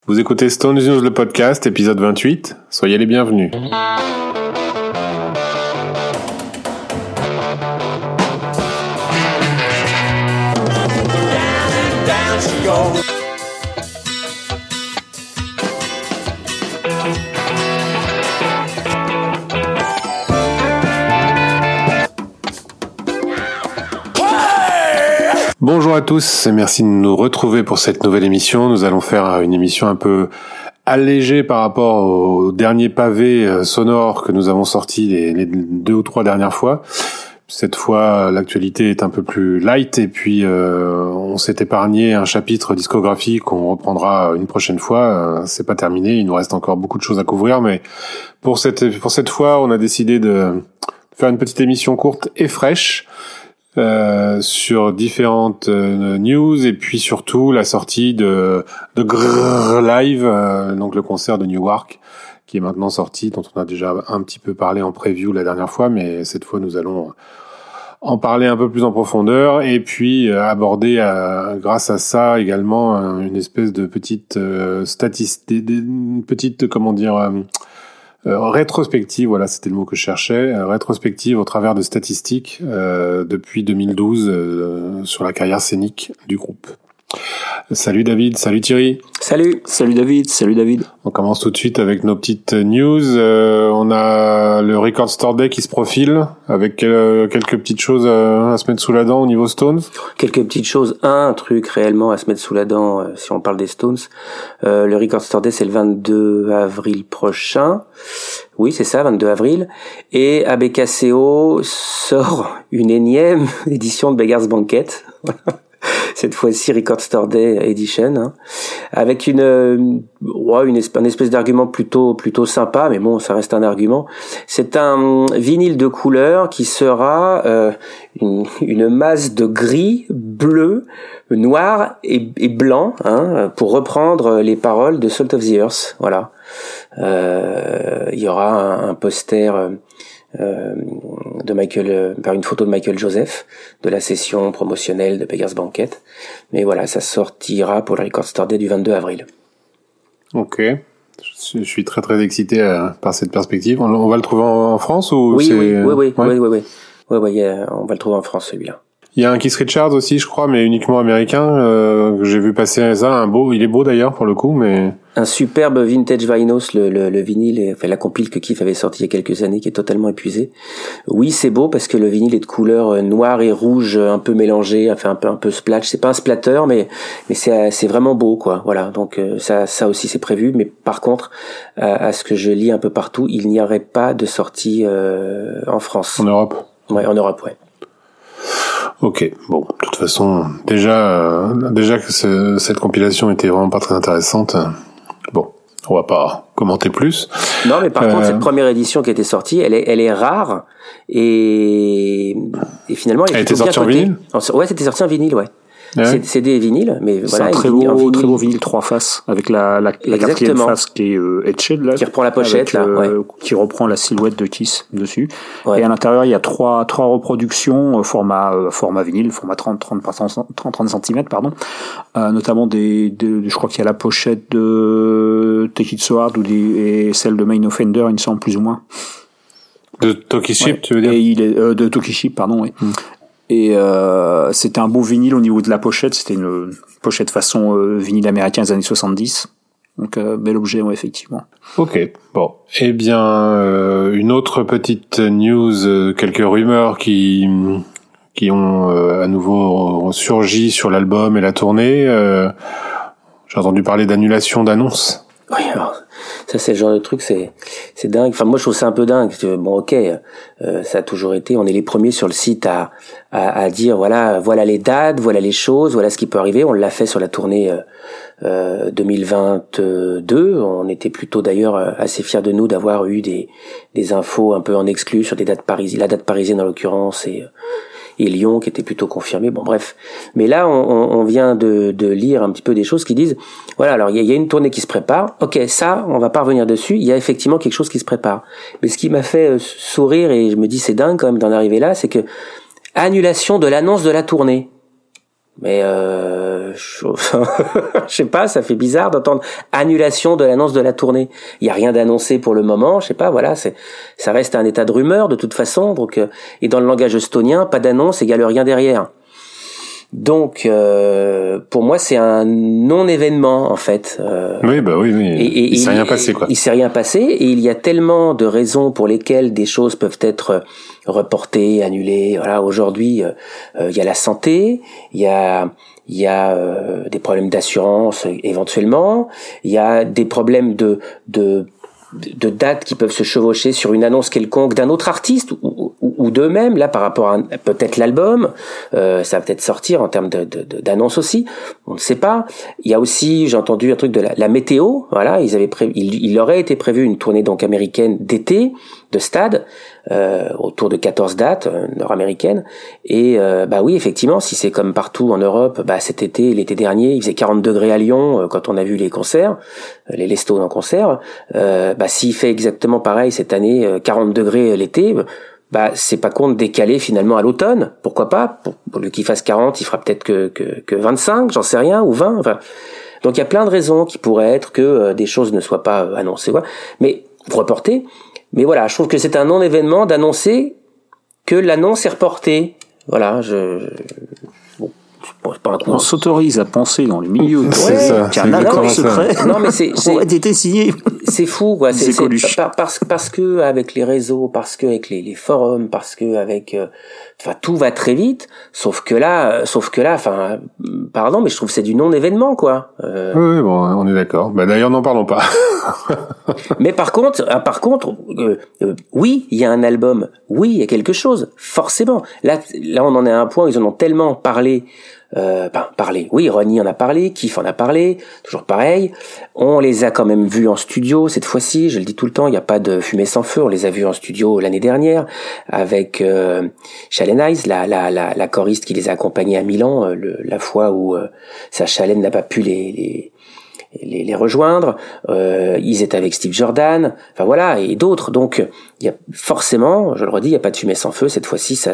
Vous écoutez Stones News, le podcast, épisode 28. Soyez les bienvenus. Bonjour à tous et merci de nous retrouver pour cette nouvelle émission. Nous allons faire une émission un peu allégée par rapport aux derniers pavés sonores que nous avons sortis les 2 ou 3 dernières fois. Cette fois, l'actualité est un peu plus light et puis on s'est épargné un chapitre discographique qu'on reprendra une prochaine fois. C'est pas terminé, il nous reste encore beaucoup de choses à couvrir, mais pour cette fois, on a décidé de faire une petite émission courte et fraîche. Sur différentes news et puis surtout la sortie de Grrr Live, donc le concert de Newark qui est maintenant sorti, dont on a déjà un petit peu parlé en preview la dernière fois, mais cette fois nous allons en parler un peu plus en profondeur et puis aborder grâce à ça également une espèce de petite statistique, une petite rétrospective, voilà, c'était le mot que je cherchais, rétrospective au travers de statistiques depuis 2012 sur la carrière scénique du groupe. Salut David, salut Thierry. Salut David. On commence tout de suite avec nos petites news. On a le Record Store Day qui se profile avec quelques petites choses à se mettre sous la dent au niveau Stones. Quelques petites choses. Un truc réellement à se mettre sous la dent si on parle des Stones. Le Record Store Day c'est le 22 avril prochain. Oui, c'est ça, 22 avril. Et ABKCO sort une énième édition de Beggar's Banquet. Cette fois-ci Record Store Day Edition, hein, avec une espèce d'argument plutôt sympa, mais bon, ça reste un argument. C'est un vinyle de couleur qui sera une masse de gris, bleu, noir et blanc, hein, pour reprendre les paroles de Salt of the Earth. Voilà. Il y aura un poster de Michael, par une photo de Michael Joseph de la session promotionnelle de Beggar's Banquet. Mais voilà, ça sortira pour le Record Store Day du 22 avril. Ok. Je suis très très excité par cette perspective. On va le trouver en France ou oui, c'est... Oui, on va le trouver en France celui-là. Il y a un Keith Richards aussi, je crois, mais uniquement américain. Que j'ai vu passer ça, il est beau d'ailleurs pour le coup, mais un superbe vintage vinyls, le vinyle, enfin la compile que Keith avait sorti il y a quelques années, qui est totalement épuisé. Oui, c'est beau parce que le vinyle est de couleur noire et rouge, un peu mélangé, enfin un peu splash. C'est pas un splatter, mais c'est vraiment beau, quoi. Voilà. Donc ça aussi c'est prévu, mais par contre, à ce que je lis un peu partout, il n'y aurait pas de sortie en France. En Europe. Ouais, en Europe, ouais. Ok, bon, de toute façon, déjà que cette compilation était vraiment pas très intéressante, bon, on va pas commenter plus. Non, mais par contre, cette première édition qui a été sortie, elle est rare, et finalement, elle était sortie en vinyle? Ouais, c'était sorti en vinyle, ouais. Ouais. C'est des vinyles, mais c'est voilà. C'est un très beau vinyle 3 faces, avec la quatrième face qui est etchée, là. Qui reprend la pochette, avec, là, ouais. Qui reprend la silhouette de Kiss dessus. Ouais. Et à l'intérieur, il y a trois reproductions, format vinyle, format 30 cm, pardon. Notamment je crois qu'il y a la pochette de Take It So Hard et celle de Main Offender, il me semble, plus ou moins. De Toki Ship, tu veux dire? Et il est, de Toki Ship, pardon, oui. Et c'était un beau vinyle au niveau de la pochette, c'était une pochette façon vinyle américain des années 70. Donc bel objet, ouais, effectivement. Ok, bon. Eh bien, une autre petite news, quelques rumeurs qui ont à nouveau surgi sur l'album et la tournée. J'ai entendu parler d'annulation d'annonces. Oui, alors ça c'est le genre de truc, c'est dingue. Enfin moi je trouve ça un peu dingue. Bon ok, ça a toujours été. On est les premiers sur le site à dire voilà les dates, voilà les choses, voilà ce qui peut arriver. On l'a fait sur la tournée 2022. On était plutôt d'ailleurs assez fiers de nous d'avoir eu des infos un peu en exclu sur des dates parisiennes, la date parisienne en l'occurrence et Lyon qui était plutôt confirmé. Bon bref, mais là on vient de lire un petit peu des choses qui disent voilà, alors il y a une tournée qui se prépare. Ok, ça on va pas revenir dessus. Il y a effectivement quelque chose qui se prépare. Mais ce qui m'a fait sourire et je me dis c'est dingue quand même d'en arriver là, c'est que annulation de l'annonce de la tournée. Mais je sais pas, ça fait bizarre d'entendre annulation de l'annonce de la tournée. Il y a rien d'annoncé pour le moment, je sais pas, voilà, ça reste un état de rumeur de toute façon. Donc, et dans le langage estonien, pas d'annonce égale rien derrière. Donc, pour moi, c'est un non-événement en fait. Oui. Il s'est rien passé, quoi. Il s'est rien passé, et il y a tellement de raisons pour lesquelles des choses peuvent être reportées, annulées. Voilà, aujourd'hui, il y a la santé, il y a des problèmes d'assurance éventuellement, il y a des problèmes de dates qui peuvent se chevaucher sur une annonce quelconque d'un autre artiste ou d'eux-mêmes, là, par rapport à peut-être l'album, ça va peut-être sortir en termes d'annonce aussi, on ne sait pas. Il y a aussi, j'ai entendu un truc de la météo, voilà, il aurait été prévu une tournée donc américaine d'été, de stade, autour de 14 dates nord-américaines, et bah oui, effectivement, si c'est comme partout en Europe, bah cet été, l'été dernier, il faisait 40 degrés à Lyon quand on a vu les concerts, les Stones en concert, bah s'il fait exactement pareil cette année, 40 degrés l'été, bah c'est pas con de décaler finalement à l'automne, pourquoi pas, pour lui qu'il fasse 40, il fera peut-être que 25, j'en sais rien, ou 20, enfin. Donc il y a plein de raisons qui pourraient être que des choses ne soient pas annoncées, voilà. Mais reportées. Mais voilà, je trouve que c'est un non-événement d'annoncer que l'annonce est reportée. Voilà, on s'autorise à penser dans le milieu qu'il y a un accord secret. Non, mais c'est été signé. C'est fou, quoi. C'est parce que avec les réseaux, parce que avec les forums, parce que avec, enfin, tout va très vite. Sauf que là, enfin, pardon, mais je trouve que c'est du non-événement, quoi. Oui, bon, on est d'accord. Bah, d'ailleurs, n'en parlons pas. Mais par contre, oui, il y a un album. Oui, il y a quelque chose. Forcément. Là, on en est à un point où ils en ont tellement parlé. Oui, Ronnie en a parlé, Keith en a parlé, toujours pareil. On les a quand même vus en studio cette fois-ci, je le dis tout le temps, il n'y a pas de fumée sans feu, on les a vus en studio l'année dernière avec Shalen Eyes, la choriste qui les a accompagnés à Milan, la fois où sa Shalen n'a pas pu les rejoindre. Ils étaient avec Steve Jordan, enfin voilà, et d'autres. Donc il y a forcément, je le redis, il n'y a pas de fumée sans feu, cette fois-ci ça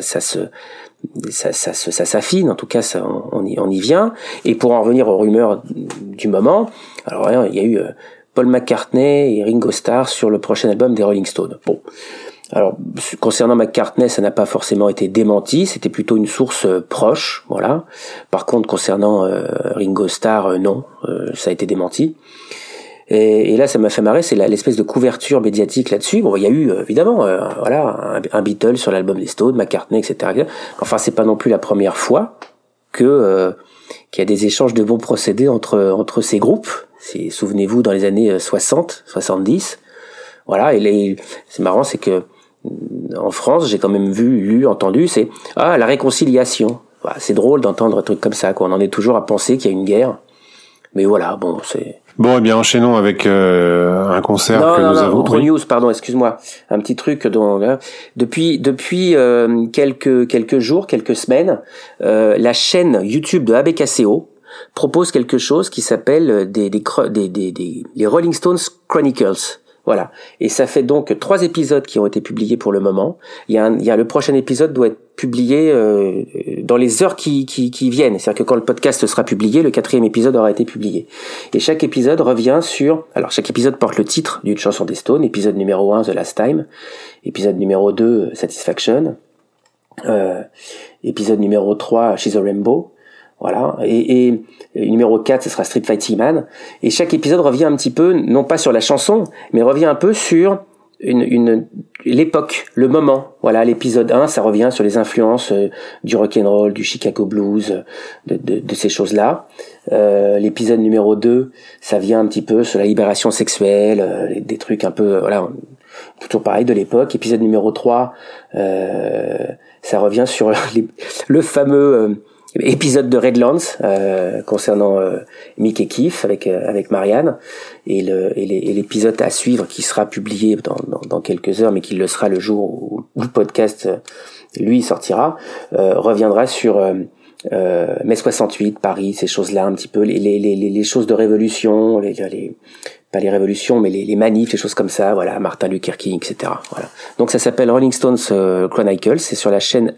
s'affine, en tout cas on y vient. Et pour en revenir aux rumeurs du moment, alors il y a eu Paul McCartney et Ringo Starr sur le prochain album des Rolling Stones. Bon, alors concernant McCartney, ça n'a pas forcément été démenti, c'était plutôt une source proche, voilà. Par contre concernant Ringo Starr, non, ça a été démenti. Et là, ça m'a fait marrer, c'est l'espèce de couverture médiatique là-dessus. Bon, il y a eu évidemment, voilà, un Beatle sur l'album des Stones, McCartney, etc. Enfin, c'est pas non plus la première fois qu'il y a des échanges de bons procédés entre ces groupes. Souvenez-vous, dans les années 60, 70, voilà. Et c'est marrant, c'est que en France, j'ai quand même lu, entendu, c'est la réconciliation. Voilà, c'est drôle d'entendre un truc comme ça, quoi. On en est toujours à penser qu'il y a une guerre, mais voilà, bon, c'est. Bon, eh bien, enchaînons avec un concert que nous avons. Autre news, pardon, excuse-moi. Un petit truc dont depuis quelques jours, quelques semaines, la chaîne YouTube de ABKCO propose quelque chose qui s'appelle les Rolling Stones Chronicles. Voilà. Et ça fait donc 3 épisodes qui ont été publiés pour le moment. Il y a le prochain épisode doit être publié dans les heures qui viennent. C'est-à-dire que quand le podcast sera publié, le 4e épisode aura été publié. Et chaque épisode revient chaque épisode porte le titre d'une chanson des Stones. Épisode numéro 1, The Last Time. Épisode numéro 2, Satisfaction. Épisode numéro 3, She's a Rainbow. Voilà, et numéro 4, ce sera Street Fighting Man. Et chaque épisode revient un petit peu, non pas sur la chanson, mais revient un peu sur l'époque, le moment. Voilà, l'épisode 1, ça revient sur les influences du rock'n'roll, du Chicago blues, de ces choses-là. L'épisode numéro 2, ça vient un petit peu sur la libération sexuelle, des trucs un peu, voilà, toujours pareil de l'époque. Épisode numéro 3, ça revient sur le fameux épisode de Redlands concernant Mick et Keith avec Marianne, et l'épisode à suivre qui sera publié dans quelques heures, mais qui le sera le jour où le podcast lui sortira, reviendra sur mai 68, Paris, ces choses-là un petit peu, les choses de révolution, pas les révolutions, mais les manifs, les choses comme ça, voilà, Martin Luther King, etc. Voilà. Donc ça s'appelle Rolling Stones Chronicles, c'est sur la chaîne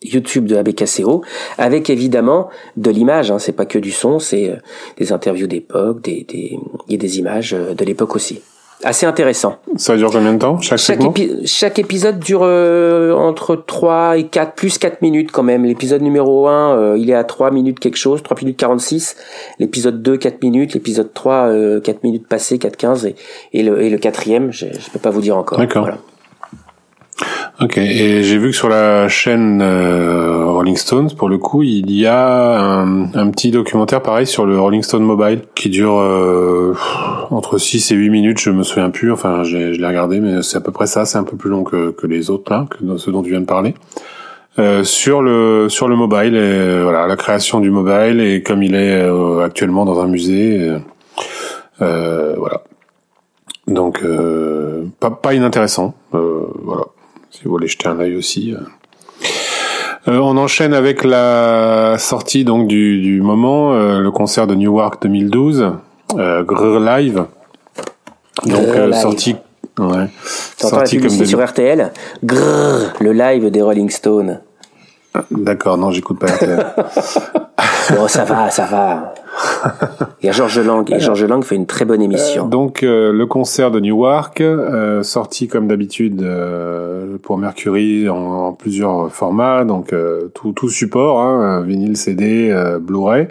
YouTube de ABKCO, avec évidemment de l'image, hein, c'est pas que du son, c'est des interviews d'époque, et des images de l'époque aussi. Assez intéressant. Ça dure combien de temps, chaque épisode dure entre 3 et 4, plus 4 minutes quand même. L'épisode numéro 1, il est à 3 minutes quelque chose, 3 minutes 46. L'épisode 2, 4 minutes. L'épisode 3, 4 minutes passées, 4-15. Et le quatrième, je peux pas vous dire encore. D'accord. Voilà. Ok, et j'ai vu que sur la chaîne Rolling Stones, pour le coup, il y a un petit documentaire pareil sur le Rolling Stone Mobile qui dure entre 6 et 8 minutes, je me souviens plus, enfin je l'ai regardé, mais c'est à peu près ça, c'est un peu plus long que les autres là, que ceux dont tu viens de parler. Sur le mobile, et voilà, la création du mobile et comme il est actuellement dans un musée, voilà. Donc pas inintéressant, voilà. Si vous voulez jeter un œil aussi. On enchaîne avec la sortie donc du moment, le concert de Newark 2012, Grrr Live. Donc sorti, ouais. Sorti comme sur RTL. Grrr, le live des Rolling Stones. D'accord, non, j'écoute pas RTL. Bon, ça va. Il y a Georges Lang, et Georges Lang fait une très bonne émission. Donc le concert de Newark, sorti comme d'habitude pour Mercury en plusieurs formats, donc tout support, hein, vinyle, CD, Blu-ray.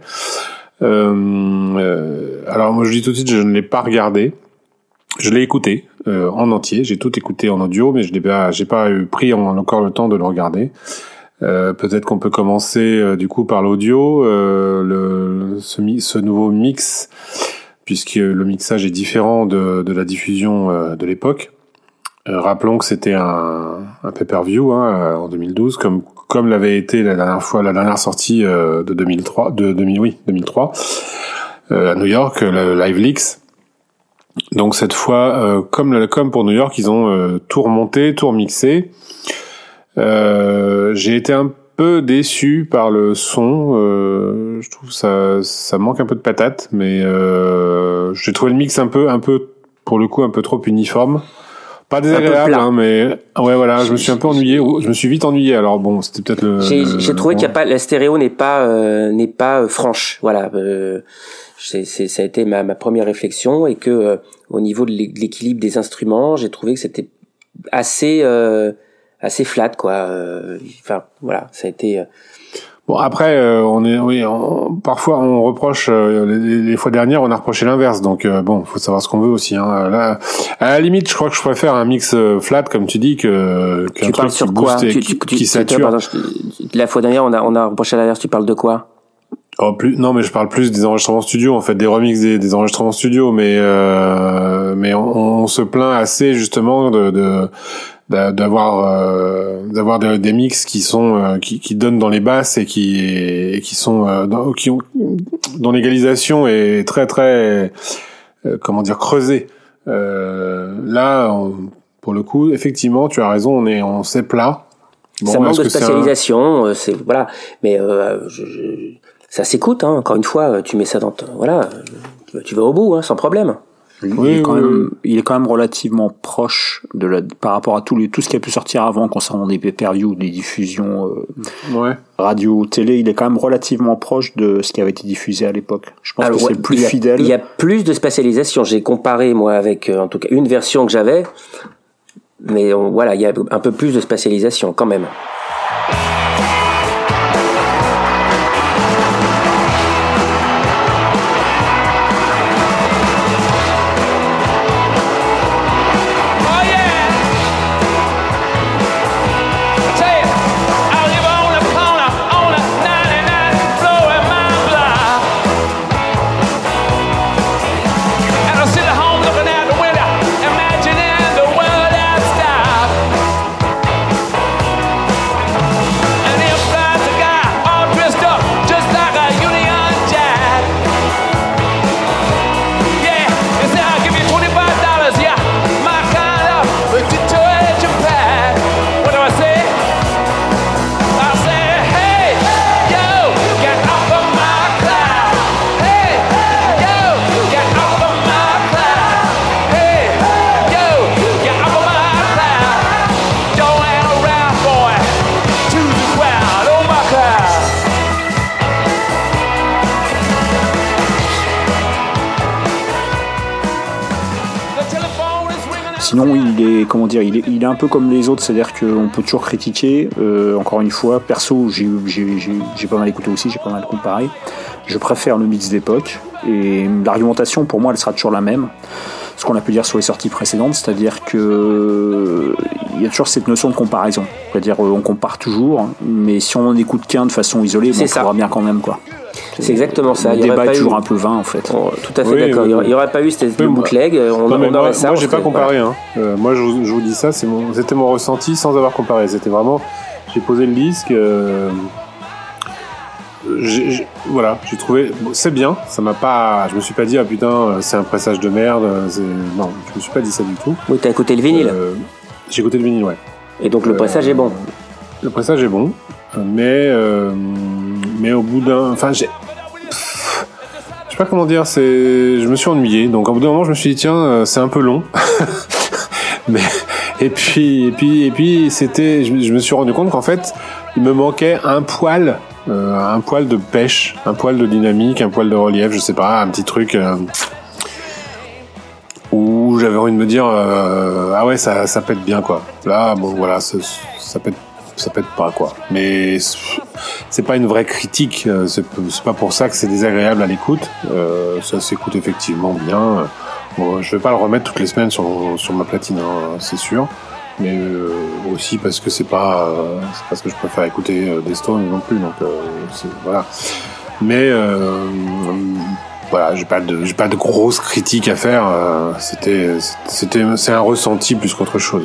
Alors moi je dis tout de suite, je ne l'ai pas regardé, je l'ai écouté en entier, j'ai tout écouté en audio, mais j'ai pas pris encore le temps de le regarder. Peut-être qu'on peut commencer du coup par l'audio, ce nouveau mix, puisque le mixage est différent de la diffusion de l'époque. Rappelons que c'était un pay-per-view en 2012, comme l'avait été la dernière sortie de 2003 à New York, le Live Leaks. Donc cette fois, comme pour New York, ils ont tout remonté, tout remixé. J'ai été un peu déçu par le son. Je trouve ça manque un peu de patate, mais j'ai trouvé le mix un peu pour le coup un peu trop uniforme. Pas désagréable, hein, mais ouais voilà, je me suis un peu ennuyé. Je me suis vite ennuyé. Alors bon, c'était peut-être J'ai trouvé qu'il y a pas la stéréo n'est pas franche. Voilà. Ça a été ma première réflexion, et que au niveau de l'équilibre des instruments, j'ai trouvé que c'était assez flat, quoi. Enfin voilà, ça a été. Bon après, parfois on reproche les fois dernières, on a reproché l'inverse. Donc bon, faut savoir ce qu'on veut aussi. Hein. Là, à la limite, je crois que je préfère un mix flat, comme tu dis, qu'un tu truc sur qui quoi booste et qui sature. La fois dernière, on a reproché l'inverse. Tu parles de quoi? Non, mais je parle plus des enregistrements studio, en fait, des remixes des enregistrements studio, mais on se plaint assez justement d'avoir des mix qui sont qui donnent dans les basses et qui sont dont l'égalisation est très très comment dire, creusée. Là, pour le coup, effectivement, tu as raison, on s'est plat. Bon, ça manque de spatialisation, c'est voilà, mais ça s'écoute, hein. Encore une fois, tu mets ça dans voilà, tu vas au bout, hein, sans problème. Il est quand même relativement proche par rapport à tout ce qui a pu sortir avant concernant des pay-per-view, des diffusions radio, télé. Il est quand même relativement proche de ce qui avait été diffusé à l'époque. Je pense que c'est plus fidèle. Il y a plus de spatialisation. J'ai comparé moi avec en tout cas une version que j'avais, mais voilà, il y a un peu plus de spatialisation quand même. Sinon, il est un peu comme les autres, c'est-à-dire qu'on peut toujours critiquer. Encore une fois, perso, j'ai pas mal écouté aussi, j'ai pas mal comparé. Je préfère le mix d'époque, et l'argumentation pour moi, elle sera toujours la même. Ce qu'on a pu dire sur les sorties précédentes, c'est-à-dire que il y a toujours cette notion de comparaison. C'est-à-dire, on compare toujours, mais si on en écoute qu'un de façon isolée, on verra bien quand même, quoi. C'est exactement ça. Le débat est toujours un peu vain, en fait. Oh, tout à fait d'accord. Il n'y aurait pas eu cette bootleg. Moi, j'ai pas comparé. Hein. Moi, je vous dis ça, c'était mon ressenti sans avoir comparé. C'était vraiment, j'ai posé le disque. Voilà, j'ai trouvé, c'est bien. Ça m'a pas, je me suis pas dit, ah putain, c'est un pressage de merde. Non, je me suis pas dit ça du tout. Oui, t'as écouté le vinyle. J'ai écouté le vinyle, ouais. Et donc le pressage est bon. Le pressage est bon, mais au bout enfin, je sais pas comment dire, je me suis ennuyé. Donc au bout d'un moment, je me suis dit tiens, c'est un peu long. Mais et puis c'était, je me suis rendu compte qu'en fait, il me manquait un poil de pêche, un poil de dynamique, un poil de relief, je sais pas, un petit truc où j'avais envie de me dire ah ouais, ça pète bien, quoi. Là, bon voilà, ça pète pas, quoi. Mais c'est pas une vraie critique, c'est pas pour ça que c'est désagréable à l'écoute. Ça s'écoute effectivement bien. Bon, je vais pas le remettre toutes les semaines sur ma platine, hein, c'est sûr. Mais aussi parce que c'est pas parce que je préfère écouter des Stones non plus, donc voilà. Mais voilà, j'ai pas de grosses critiques à faire. C'est un ressenti plus qu'autre chose.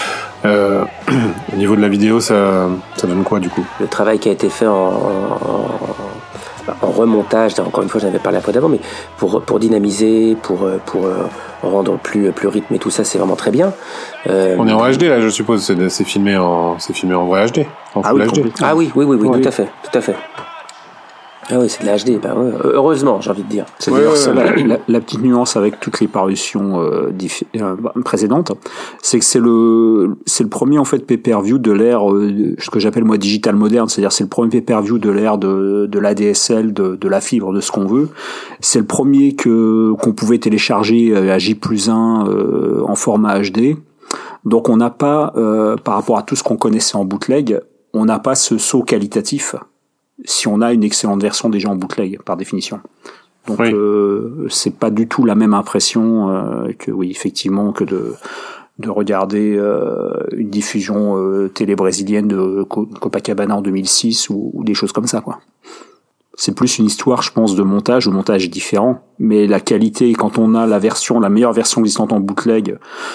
Au niveau de la vidéo, ça donne quoi, du coup? Le travail qui a été fait en remontage, encore une fois, j'en avais parlé après d'avant, mais pour dynamiser, pour rendre plus rythme et tout ça, c'est vraiment très bien. On est en HD là, je suppose. C'est filmé en vrai HD, en Full HD. Ah oui, tout à fait. Ah oui, c'est de la HD. Ben ouais, heureusement, j'ai envie de dire. C'est la petite nuance avec toutes les parutions précédentes, c'est que c'est le premier en fait pay-per-view de l'ère ce que j'appelle moi digital moderne, c'est-à-dire c'est le premier pay-per-view de l'ère de l'ADSL, de la fibre, de ce qu'on veut. C'est le premier qu'on pouvait télécharger à J+1 en format HD. Donc on n'a pas par rapport à tout ce qu'on connaissait en bootleg, on n'a pas ce saut qualitatif si on a une excellente version déjà en bootleg, par définition. Donc oui. C'est pas du tout la même impression que oui, effectivement, que de regarder une diffusion télé brésilienne de Copacabana en 2006 ou des choses comme ça, quoi. C'est plus une histoire, je pense, de montage. Le montage est différent, mais la qualité, quand on a la meilleure version existante en bootleg,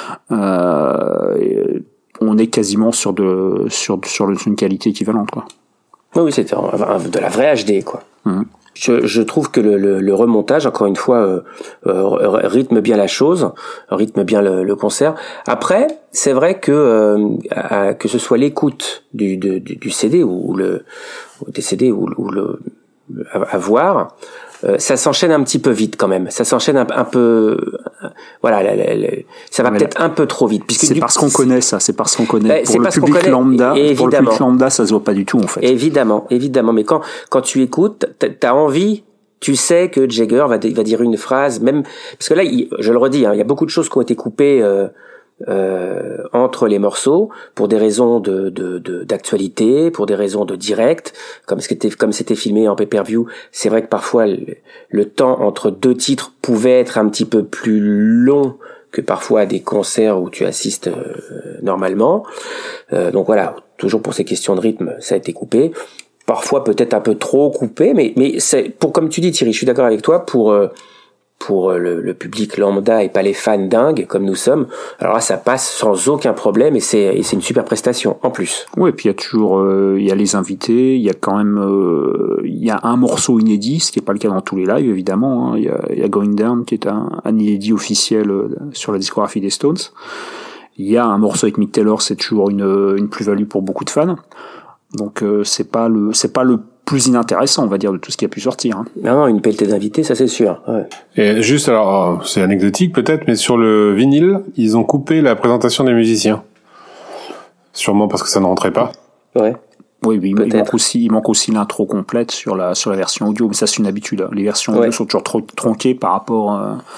on est quasiment sur une qualité équivalente, quoi. Oui, c'est de la vraie HD, quoi. Mmh. Je trouve que le remontage, encore une fois, rythme bien la chose, rythme bien le concert. Après, c'est vrai que ce soit l'écoute du CD ou des CD ou le à voir, ça s'enchaîne un petit peu vite quand même. Ça s'enchaîne un peu, voilà, ça va peut-être un peu trop vite. Puisque c'est parce qu'on connaît ça, c'est parce qu'on connaît. Pour le public lambda, ça se voit pas du tout en fait. Évidemment. Mais quand tu écoutes, t'as envie. Tu sais que Jagger va dire une phrase, même parce que là, je le redis, hein, il y a beaucoup de choses qui ont été coupées entre les morceaux pour des raisons d'actualité, pour des raisons de direct, comme c'était filmé en pay-per-view. C'est vrai que parfois le temps entre deux titres pouvait être un petit peu plus long que parfois à des concerts où tu assistes normalement. Donc voilà, toujours pour ces questions de rythme, ça a été coupé. Parfois peut-être un peu trop coupé, mais c'est comme tu dis, Thierry, je suis d'accord avec toi, pour le public lambda et pas les fans dingues comme nous sommes. Alors là, ça passe sans aucun problème et c'est une super prestation en plus. Ouais, et puis il y a toujours il y a les invités, il y a quand même il y a un morceau inédit, ce qui est pas le cas dans tous les lives évidemment, hein. Il y a Going Down qui est un inédit officiel sur la discographie des Stones. Il y a un morceau avec Mick Taylor, c'est toujours une plus-value pour beaucoup de fans. Donc c'est pas le plus inintéressant, on va dire, de tout ce qui a pu sortir. Hein. Non, une pelletée d'invités, ça c'est sûr. Ouais. Et juste, alors, c'est anecdotique peut-être, mais sur le vinyle, ils ont coupé la présentation des musiciens. Sûrement parce que ça ne rentrait pas. Ouais. Oui, il manque aussi l'intro complète sur la version audio, mais ça c'est une habitude. Les versions audio sont toujours trop tronquées par rapport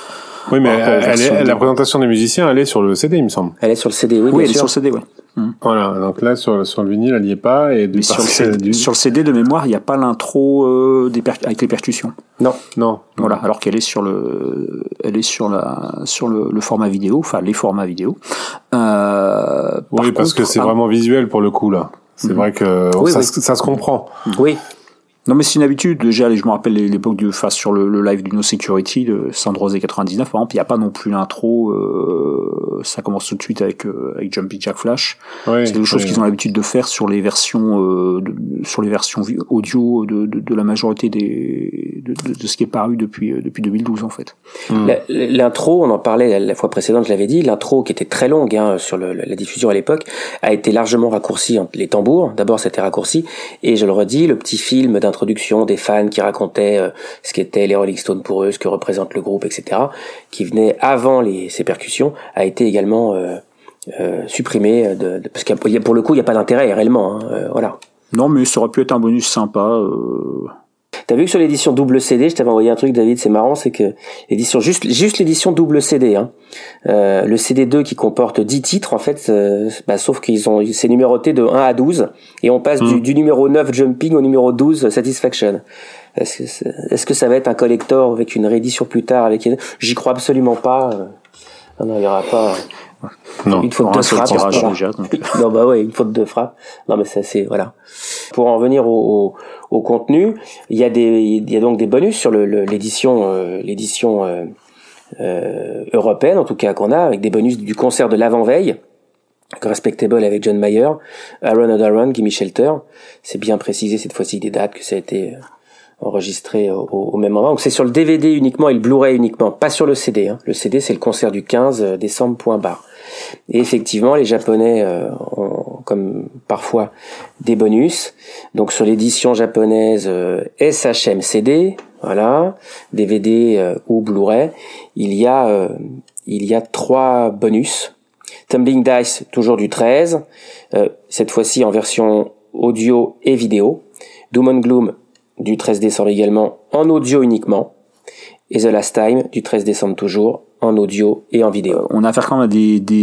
Oui, mais la présentation des musiciens, elle est sur le CD, il me semble. Elle est sur le CD, oui. Oui, elle est sur le CD, oui. Voilà, donc là, sur le vinyle, elle n'y est pas. Et sur le CD de mémoire, il n'y a pas l'intro avec les percussions. Non. Voilà, alors qu'elle est sur le format vidéo, enfin les formats vidéo. Oui, parce que c'est vraiment visuel pour le coup, là. C'est vrai que ça se comprend. Oui. Non, mais c'est une habitude. Déjà, je me rappelle l'époque sur le live du No Security de Sandrosé 99, par exemple, il n'y a pas non plus l'intro, ça commence tout de suite avec Jumpy Jack Flash. C'est des choses qu'ils ont l'habitude de faire sur les versions, audio de la majorité de ce qui est paru depuis 2012, en fait. L'intro, on en parlait la fois précédente, je l'avais dit, l'intro qui était très longue, sur la diffusion à l'époque, a été largement raccourcie entre les tambours. D'abord, c'était raccourci, et je le redis, le petit film d'introduction des fans qui racontaient ce qu'étaient les Rolling Stones pour eux, ce que représente le groupe, etc., qui venait avant ces percussions, a été également supprimé parce que pour le coup il n'y a pas d'intérêt réellement, voilà. Non, mais ça aurait pu être un bonus sympa. T'as vu que sur l'édition double CD, je t'avais envoyé un truc, David, c'est marrant, c'est que l'édition juste l'édition double CD, le CD2 qui comporte 10 titres, en fait, sauf c'est numéroté de 1 à 12, et on passe du numéro 9 Jumping au numéro 12 Satisfaction. Est-ce que ça va être un collector avec une réédition plus tard J'y crois absolument pas. Non, il y aura pas. Non, une faute de frappe. Non, une faute de frappe. Non, mais ça, c'est, voilà. Pour en venir au contenu, il y a donc des bonus sur l'édition européenne, en tout cas, qu'on a, avec des bonus du concert de l'avant-veille, Respectable avec John Mayer, Aaron O'Daron, Gimme Shelter. C'est bien précisé cette fois-ci des dates que ça a été enregistré au même moment. Donc c'est sur le DVD uniquement et le Blu-ray uniquement, pas sur le CD. Le CD, c'est le concert du 15 décembre, point barre. Et effectivement, les Japonais ont, comme parfois, des bonus. Donc sur l'édition japonaise SHM CD, voilà, DVD ou Blu-ray, il y a 3 bonus. Tumbling Dice, toujours du 13, cette fois-ci en version audio et vidéo. Doom and Gloom, du 13 décembre également, en audio uniquement. Et The Last Time, du 13 décembre toujours, en audio et en vidéo. On a affaire quand même à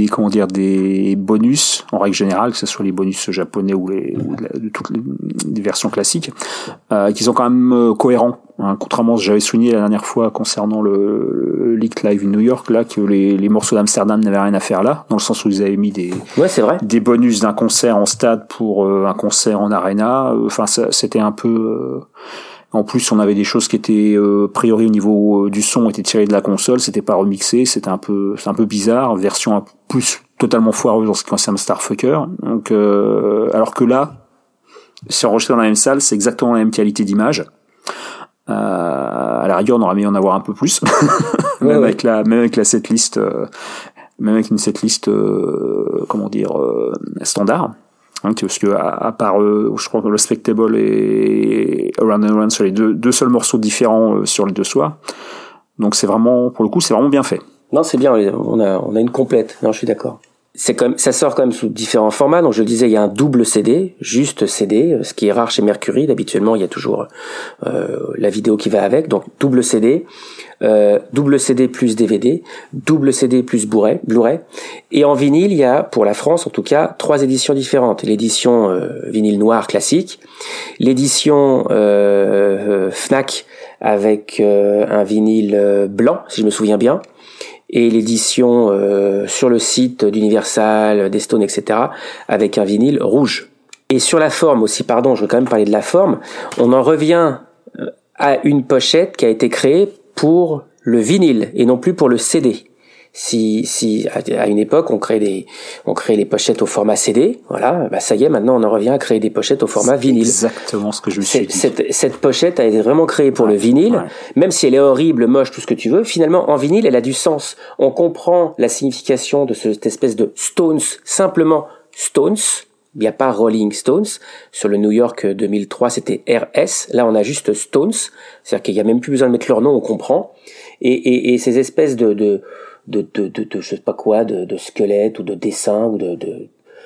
des bonus, en règle générale, que ce soit les bonus japonais ou toutes les versions classiques, qui sont quand même cohérents. Contrairement à ce que j'avais souligné la dernière fois concernant le Leaked Live in New York, là, que les morceaux d'Amsterdam n'avaient rien à faire là, dans le sens où ils avaient mis des bonus d'un concert en stade pour un concert en arena. Enfin, c'était un peu... En plus, on avait des choses qui étaient a priori au niveau du son étaient tirées de la console, c'était pas remixé, c'est un peu bizarre, version plus totalement foireuse en ce qui concerne Starfucker. Donc alors que là, c'est enregistré dans la même salle, c'est exactement la même qualité d'image. À la rigueur, on aurait mis en avoir un peu plus, avec la setlist, même avec une setlist standard. Parce que à part je crois que Respectable et Around and Around sur les deux seuls morceaux différents sur les deux soirs, donc c'est vraiment, pour le coup, c'est vraiment bien fait. Non, c'est bien, on a une complète. Non, je suis d'accord. Ça sort quand même sous différents formats. Donc je le disais, il y a un double CD, juste CD, ce qui est rare chez Mercury. D'habituellement, il y a toujours la vidéo qui va avec. Donc double CD plus DVD, double CD plus Blu-ray. Et en vinyle, il y a, pour la France en tout cas, 3 éditions différentes. L'édition vinyle noir classique, l'édition Fnac avec un vinyle blanc, si je me souviens bien, et l'édition sur le site d'Universal, des Stones, etc., avec un vinyle rouge. Et sur la forme aussi, je veux quand même parler de la forme, on en revient à une pochette qui a été créée pour le vinyle et non plus pour le CD. Si à une époque on créait les pochettes au format CD, voilà, ça y est, maintenant on en revient à créer des pochettes au format vinyle. Exactement ce que je me suis dit. Cette pochette a été vraiment créée pour le vinyle, même si elle est horrible, moche, tout ce que tu veux. Finalement, en vinyle, elle a du sens. On comprend la signification de cette espèce de Stones, simplement Stones. Il n'y a pas Rolling Stones. Sur le New York 2003, c'était RS. Là, on a juste Stones. C'est-à-dire qu'il n'y a même plus besoin de mettre leur nom, on comprend. Et ces espèces de je sais pas quoi, de squelettes ou de dessins ou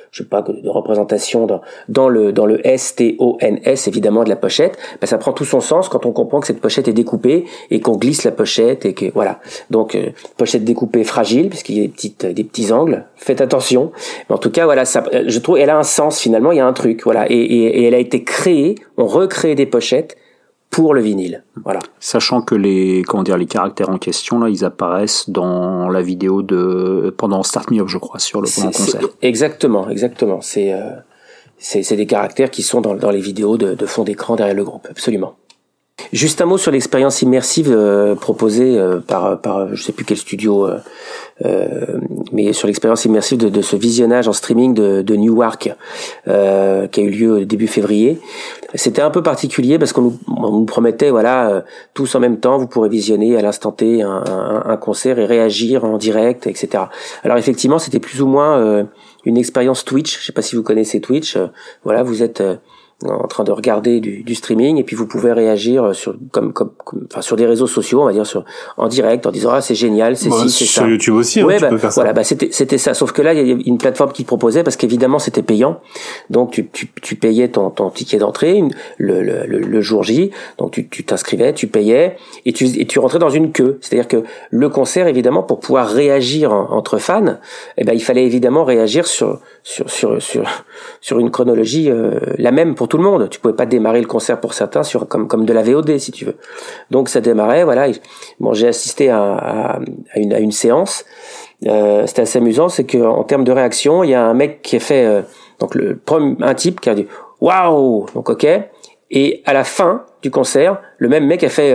je sais pas, de représentation dans le STONS évidemment de la pochette, ça prend tout son sens quand on comprend que cette pochette est découpée et qu'on glisse la pochette et que voilà. Donc pochette découpée fragile puisqu'il y a des petits angles. Faites attention. Mais en tout cas voilà, ça, je trouve elle a un sens finalement, il y a un truc voilà et elle a été créée, on recrée des pochettes pour le vinyle. Voilà. Sachant que les caractères en question là, ils apparaissent dans la vidéo pendant Start Me Up, je crois, pendant le concert. Exactement. C'est des caractères qui sont dans les vidéos de fond d'écran derrière le groupe. Absolument. Juste un mot sur l'expérience immersive proposée par je sais plus quel studio, mais sur l'expérience immersive de ce visionnage en streaming de Newark qui a eu lieu début février. C'était un peu particulier parce qu'on nous promettait tous en même temps, vous pourrez visionner à l'instant T un concert et réagir en direct, etc. Alors effectivement, c'était plus ou moins une expérience Twitch. Je sais pas si vous connaissez Twitch. Vous êtes en train de regarder du streaming et puis vous pouvez réagir sur sur des réseaux sociaux, on va dire en direct en disant c'est génial, c'est c'est ça. Sur YouTube aussi, tu peux faire ça. Voilà, c'était ça, sauf que là il y a une plateforme qui te proposait parce qu'évidemment c'était payant. Donc tu payais ton ticket d'entrée le jour J, donc tu t'inscrivais, tu payais et tu rentrais dans une queue. C'est-à-dire que le concert évidemment pour pouvoir réagir entre fans, il fallait évidemment réagir sur une chronologie la même pour tout le monde. Tu pouvais pas démarrer le concert pour certains comme de la VOD si tu veux. Donc ça démarrait, j'ai assisté à une séance. C'était assez amusant, c'est que en termes de réaction, il y a un mec qui a fait un type qui a dit waouh, donc ok, et à la fin du concert, le même mec a fait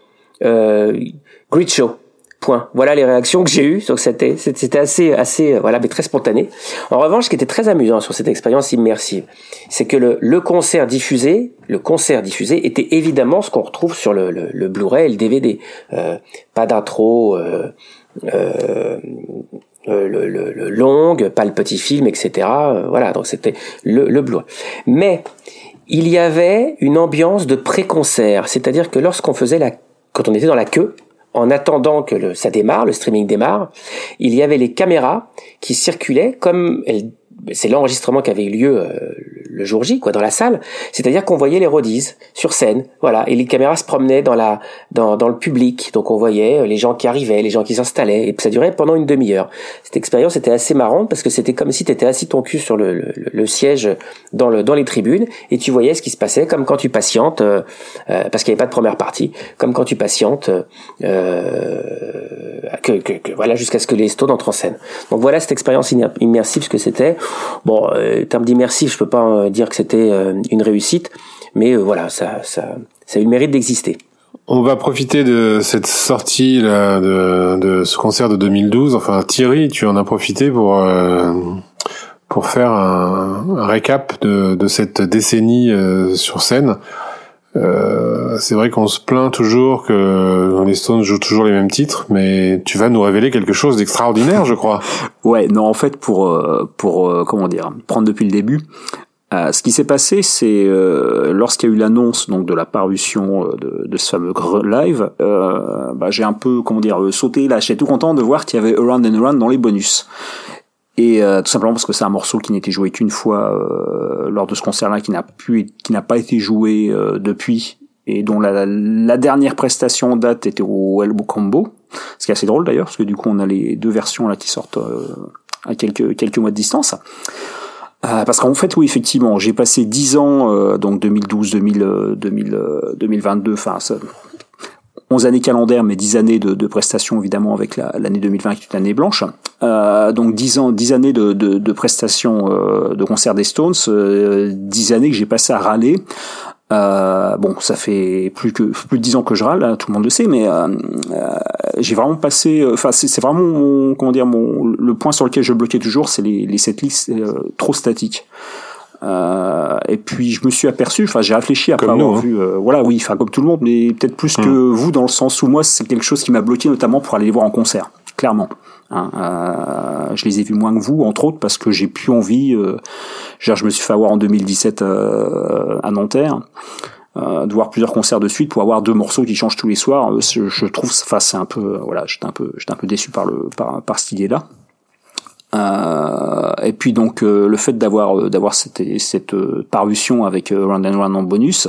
great show. Point. Voilà les réactions que j'ai eues. Donc c'était assez mais très spontané. En revanche, ce qui était très amusant sur cette expérience immersive, c'est que le concert diffusé était évidemment ce qu'on retrouve sur le Blu-ray et le DVD. Pas d'intro, le longue, pas le petit film, etc. Donc c'était le Blu-ray. Mais il y avait une ambiance de pré-concert, c'est-à-dire que quand on était dans la queue, en attendant que ça démarre, le streaming démarre, il y avait les caméras qui circulaient comme c'est l'enregistrement qui avait eu lieu le jour J, dans la salle. C'est-à-dire qu'on voyait les roadies sur scène, et les caméras se promenaient dans le public. Donc on voyait les gens qui arrivaient, les gens qui s'installaient, et ça durait pendant une demi-heure. Cette expérience était assez marrante parce que c'était comme si tu étais assis ton cul sur le siège dans les tribunes et tu voyais ce qui se passait, comme quand tu patientes, parce qu'il n'y avait pas de première partie, comme quand tu patientes, jusqu'à ce que les Stones entrent en scène. Donc voilà cette expérience immersive, ce que c'était. Bon, en termes d'immersif, je peux pas dire que c'était une réussite, mais ça a eu le mérite d'exister. On va profiter de cette sortie là, de ce concert de 2012. Enfin, Thierry, tu en as profité pour faire un récap de cette décennie sur scène. C'est vrai qu'on se plaint toujours que les Stones jouent toujours les mêmes titres, mais tu vas nous révéler quelque chose d'extraordinaire, je crois. Ouais, non, en fait, pour prendre depuis le début, ce qui s'est passé, c'est lorsqu'il y a eu l'annonce donc de la parution de ce fameux live, j'ai un peu sauté là, j'étais tout content de voir qu'il y avait Around and Around dans les bonus. Et tout simplement parce que c'est un morceau qui n'était joué qu'une fois lors de ce concert-là, qui n'a pas été joué depuis, et dont la dernière prestation en date était au Elbow Combo, ce qui est assez drôle d'ailleurs, parce que du coup on a les deux versions là qui sortent à quelques mois de distance. Parce qu'en fait, oui, effectivement, j'ai passé 10 ans, donc 2012, 2022, 11 années calendaires, mais 10 années de prestations, évidemment, avec l'année 2020 qui est une année blanche. Donc 10 années de prestations de concerts des Stones, 10 années que j'ai passé à râler. Ça fait plus de 10 ans que je râle, hein, tout le monde le sait, mais j'ai vraiment passé, c'est vraiment le point sur lequel je bloquais toujours, c'est les setlists trop statiques. Et puis je me suis aperçu, j'ai réfléchi après avoir vu, comme tout le monde, mais peut-être plus que vous, dans le sens où moi c'est quelque chose qui m'a bloqué, notamment pour aller les voir en concert, clairement. Je les ai vus moins que vous, entre autres, parce que j'ai plus envie. Je me suis fait avoir en 2017 à Nanterre, de voir plusieurs concerts de suite pour avoir 2 morceaux qui changent tous les soirs. Je trouve, c'est un peu, j'étais un peu déçu par cette idée-là. Et puis donc le fait d'avoir cette parution avec Round and Round en bonus,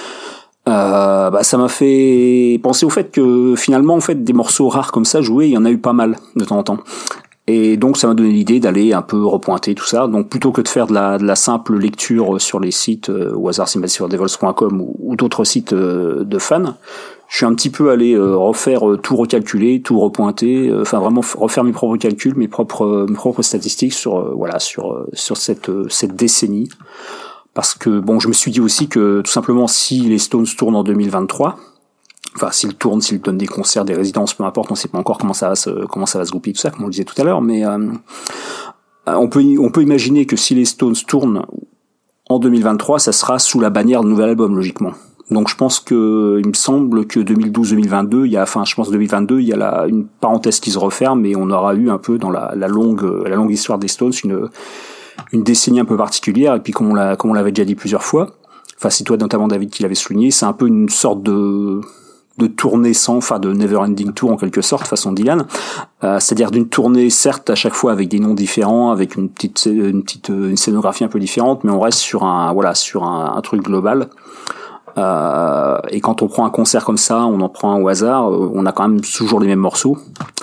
ça m'a fait penser au fait que finalement en fait des morceaux rares comme ça joués, il y en a eu pas mal de temps en temps. Et donc ça m'a donné l'idée d'aller un peu repointer tout ça. Donc plutôt que de faire de la simple lecture sur les sites au hasard sur devils.com ou d'autres sites de fans, je suis un petit peu allé refaire tout recalculer, tout repointer, vraiment refaire mes propres calculs, mes propres statistiques sur cette décennie. Parce que bon, je me suis dit aussi que tout simplement si les Stones tournent en 2023, enfin s'ils donnent des concerts, des résidences, peu importe, on sait pas encore comment ça va se goupiller tout ça, comme on le disait tout à l'heure, mais on peut imaginer que si les Stones tournent en 2023, ça sera sous la bannière de nouvel album logiquement. Donc je pense que il me semble que 2012-2022, il y a une parenthèse qui se referme et on aura eu un peu dans la longue histoire des Stones une décennie un peu particulière. Et puis comme on l'avait déjà dit plusieurs fois, enfin c'est toi notamment David qui l'avait souligné, c'est un peu une sorte de tournée de never ending tour en quelque sorte façon Dylan, c'est-à-dire d'une tournée certes à chaque fois avec des noms différents, avec une scénographie un peu différente, mais on reste sur un truc global. Et quand on prend un concert comme ça, on en prend un au hasard, on a quand même toujours les mêmes morceaux.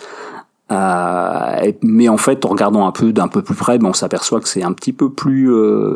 Mais en fait, en regardant d'un peu plus près, on s'aperçoit que c'est un petit peu plus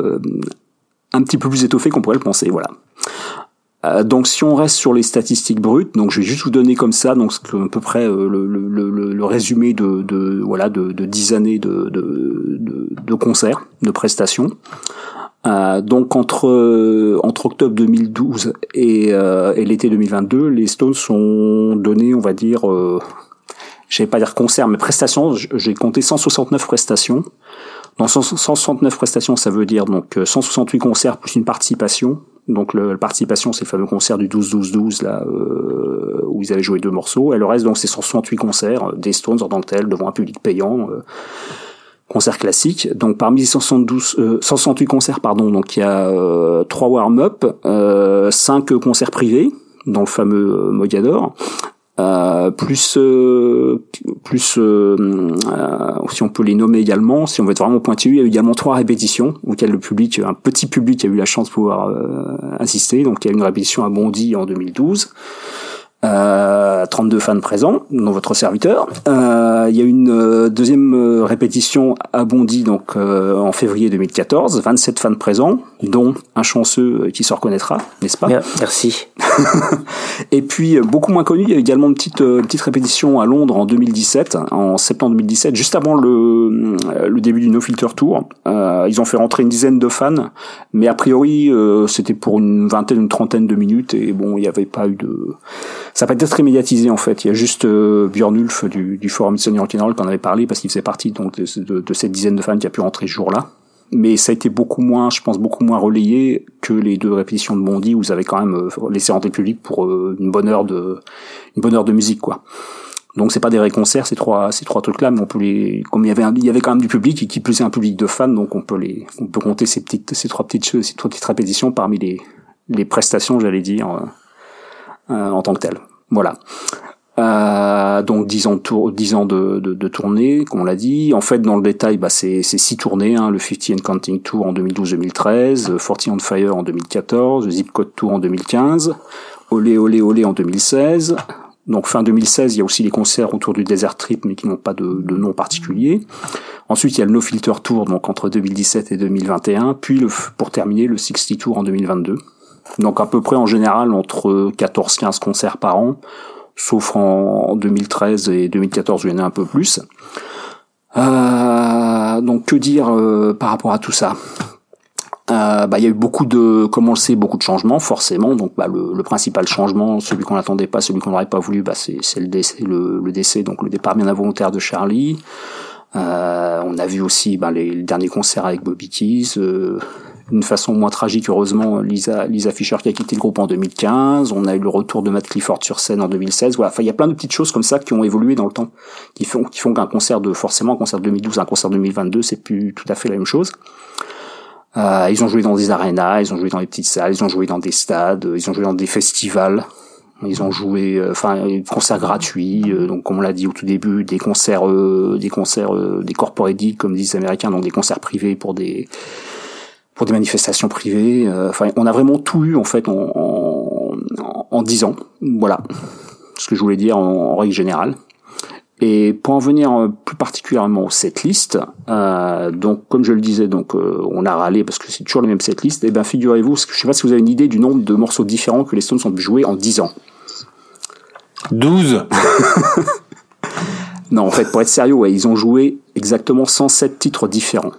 étoffé qu'on pourrait le penser, voilà. Donc si on reste sur les statistiques brutes, donc je vais juste vous donner comme ça donc à peu près le résumé de 10 années de concerts, de prestations. Donc entre octobre 2012 et l'été 2022, les Stones ont donné, on va dire, je vais pas dire concerts, mais prestations. J'ai compté 169 prestations. Dans 169 prestations, ça veut dire donc 168 concerts plus une participation. Donc la participation, c'est le fameux concert du 12-12-12 là où ils avaient joué 2 morceaux. Et le reste, donc c'est 168 concerts des Stones en tant que tel devant un public payant. Concert classique. Donc parmi les 168 concerts, donc il y a 3 warm-up, 5 concerts privés dans le fameux Mogador, plus si on peut les nommer également, si on veut être vraiment pointu, il y a eu également 3 répétitions auxquelles un petit public a eu la chance de pouvoir assister. Donc il y a une répétition à Bondy en 2012. 32 fans présents, dont votre serviteur. Il y a une deuxième répétition à Bondy, donc en février 2014, 27 fans présents, dont un chanceux qui se reconnaîtra, n'est-ce pas? Bien, merci. Et puis beaucoup moins connu, il y a également une petite répétition à Londres en septembre 2017, juste avant le début du No Filter Tour. Ils ont fait rentrer une dizaine de fans, mais a priori c'était pour une trentaine de minutes, et bon, il n'y avait pas eu ça n'a pas été très médiatisé en fait. Il y a juste Björn Ulf du forum Sony Rock'n'Roll qui en avait parlé parce qu'il faisait partie donc de cette dizaine de fans qui a pu rentrer ce jour-là. Mais ça a été beaucoup moins relayé que les 2 répétitions de Bondy où vous avez quand même laissé rentrer le public pour une bonne heure de musique quoi. Donc c'est pas des vrais concerts ces trois trucs-là, mais comme il y avait quand même du public et qui plus est un public de fans, donc on peut compter ces trois petites répétitions parmi les prestations, j'allais dire. En tant que tel. Voilà. Donc 10 ans de tournée, comme on l'a dit. En fait, dans le détail, c'est 6 tournées, le 50 and Counting Tour en 2012-2013, 40 on Fire en 2014, le Zip Code Tour en 2015, Olé Olé Olé en 2016. Donc fin 2016, il y a aussi les concerts autour du Desert Trip, mais qui n'ont pas de nom particulier. Ensuite, il y a le No Filter Tour, donc entre 2017 et 2021, puis pour terminer, le 60 Tour en 2022. Donc à peu près en général entre 14-15 concerts par an, sauf en 2013 et 2014 où il y en a un peu plus. Donc que dire par rapport à tout ça? Il y a eu comme on le sait, beaucoup de changements forcément. Donc le principal changement, celui qu'on n'attendait pas, celui qu'on n'aurait pas voulu, c'est le décès, donc le départ bien involontaire de Charlie. On a vu aussi les derniers concerts avec Bobby Keys. D'une façon moins tragique, heureusement, Lisa Fischer qui a quitté le groupe en 2015. On a eu le retour de Matt Clifford sur scène en 2016. Voilà. Enfin, il y a plein de petites choses comme ça qui ont évolué dans le temps, qui font qu'un concert forcément un concert de 2012, un concert de 2022, c'est plus tout à fait la même chose. Ils ont joué dans des arénas, ils ont joué dans des petites salles, ils ont joué dans des stades, ils ont joué dans des festivals. Ils ont joué, des concerts gratuits, donc comme on l'a dit au tout début, des concerts, des corporate gigs, comme disent les Américains, donc des concerts privés pour des manifestations privées. On a vraiment tout eu en fait en 10 ans. Voilà ce que je voulais dire en règle générale. Et pour en venir plus particulièrement aux setlists, donc comme je le disais, on a râlé parce que c'est toujours les mêmes setlists. Et ben figurez-vous, je sais pas si vous avez une idée du nombre de morceaux différents que les Stones ont joué en 10 ans. 12. Non, en fait, pour être sérieux, ouais, ils ont joué exactement 107 titres différents.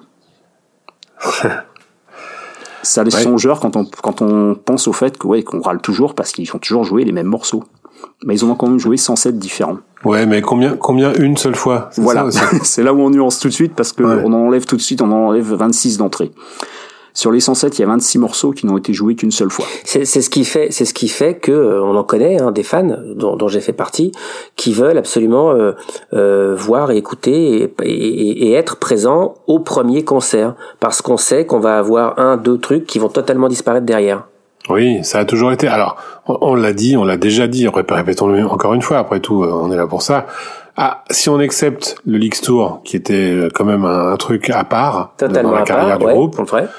Ça laisse songeur quand on pense au fait qu'on râle toujours parce qu'ils ont toujours joué les mêmes morceaux. Mais ils ont quand même joué 107 différents. Ouais, mais combien une seule fois? Voilà, c'est là où on nuance tout de suite parce que on enlève 26 d'entrée. Sur les 107, il y a 26 morceaux qui n'ont été joués qu'une seule fois. C'est ce qui fait que on en connaît des fans dont j'ai fait partie qui veulent absolument voir et écouter et être présents au premier concert parce qu'on sait qu'on va avoir 1-2 trucs qui vont totalement disparaître derrière. Oui, ça a toujours été. Alors, on l'a déjà dit, répétons-le encore une fois, après tout, on est là pour ça. Ah, si on accepte le Leaks Tour, qui était quand même un truc à part totalement dans la carrière du groupe, pour le vrai.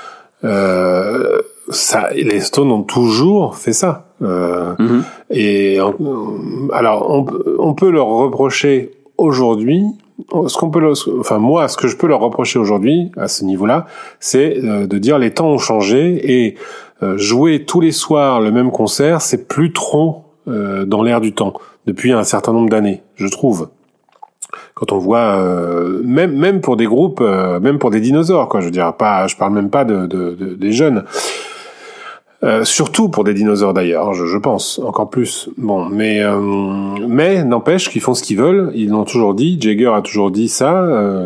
Les Stones ont toujours fait ça. Et alors, on peut leur reprocher aujourd'hui, ce que je peux leur reprocher aujourd'hui à ce niveau-là, c'est de dire les temps ont changé et jouer tous les soirs le même concert, c'est plus trop dans l'air du temps depuis un certain nombre d'années, je trouve. Quand on voit même pour des groupes, même pour des dinosaures, quoi, je veux dire, je parle même pas des jeunes. Surtout pour des dinosaures d'ailleurs, je pense, encore plus. Bon, mais n'empêche qu'ils font ce qu'ils veulent. Ils l'ont toujours dit. Jagger a toujours dit ça.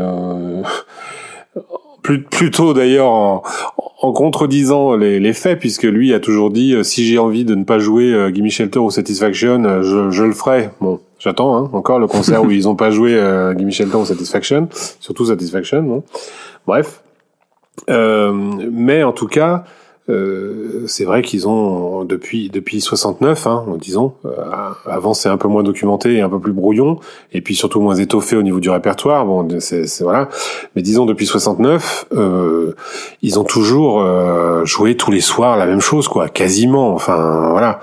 Plutôt d'ailleurs en contredisant les faits, puisque lui a toujours dit si j'ai envie de ne pas jouer Gimme Shelter ou Satisfaction, je le ferai. Bon, j'attends encore le concert où ils ont pas joué Gimme Shelter ou Satisfaction, surtout Satisfaction. Bon. Bref, mais en tout cas, c'est vrai qu'ils ont depuis 69, disons. Avant c'est un peu moins documenté et un peu plus brouillon, et puis surtout moins étoffé au niveau du répertoire. Bon, c'est voilà. Mais disons depuis 69, ils ont toujours joué tous les soirs la même chose, quoi, quasiment. Enfin voilà.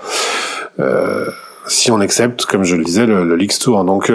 Si on accepte, comme je le disais, le Leaks Tour. Donc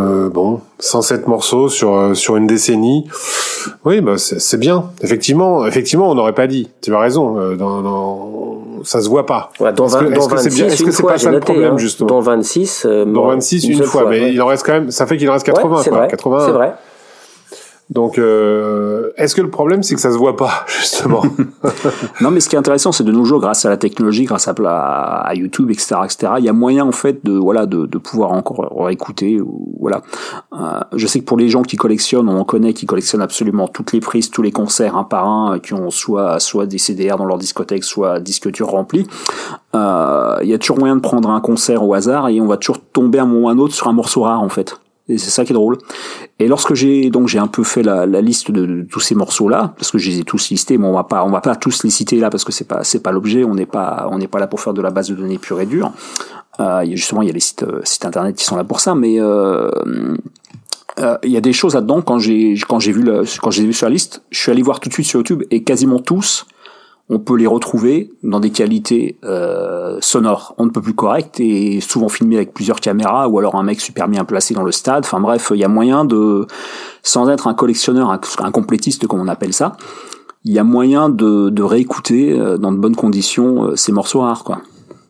107 morceaux sur une décennie. Oui, c'est bien. Effectivement, on n'aurait pas dit. Tu as raison. Ça se voit pas. Ouais, dont 26 est-ce que c'est pas ça le problème, justement? Dont 26. Dont 26 une fois, mais il en reste quand même. Ça fait qu'il en reste 80. Ouais, c'est quoi. vrai. 80. C'est vrai. Donc, est-ce que le problème, c'est que ça se voit pas, justement? Non, mais ce qui est intéressant, c'est de nos jours, grâce à la technologie, grâce à YouTube, etc., il y a moyen, en fait, de pouvoir encore écouter, voilà. Je sais que pour les gens qui collectionnent, on en connaît qui collectionnent absolument toutes les prises, tous les concerts, un par un, qui ont soit des CDR dans leur discothèque, soit disque dur rempli. Il y a toujours moyen de prendre un concert au hasard et on va toujours tomber à un moment ou à un autre sur un morceau rare, en fait. Et c'est ça qui est drôle. Et lorsque j'ai un peu fait la liste de tous ces morceaux-là, parce que je les ai tous listés, mais on va pas tous les citer là parce que c'est pas l'objet, on n'est pas là pour faire de la base de données pure et dure. Justement, il y a les sites internet qui sont là pour ça, mais il y a des choses là-dedans quand j'ai vu sur la liste, je suis allé voir tout de suite sur YouTube et quasiment tous on peut les retrouver dans des qualités sonores on ne peut plus correctes et souvent filmés avec plusieurs caméras ou alors un mec super bien placé dans le stade. Enfin bref, il y a moyen de, sans être un collectionneur, un complétiste comme on appelle ça, il y a moyen de réécouter dans de bonnes conditions ces morceaux rares, quoi.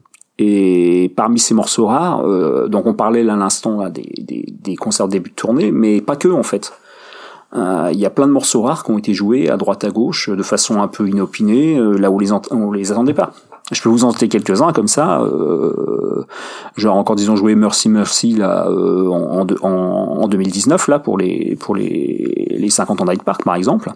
Et parmi ces morceaux rares, donc on parlait là à l'instant là, des concerts de début de tournée, mais pas que en fait. Il y a plein de morceaux rares qui ont été joués à droite à gauche de façon un peu inopinée, là où on les attendait pas. Je peux vous en citer quelques-uns comme ça, genre encore disons jouer Mercy Mercy là en 2019 là pour les 50 ans d'Hyde Park par exemple.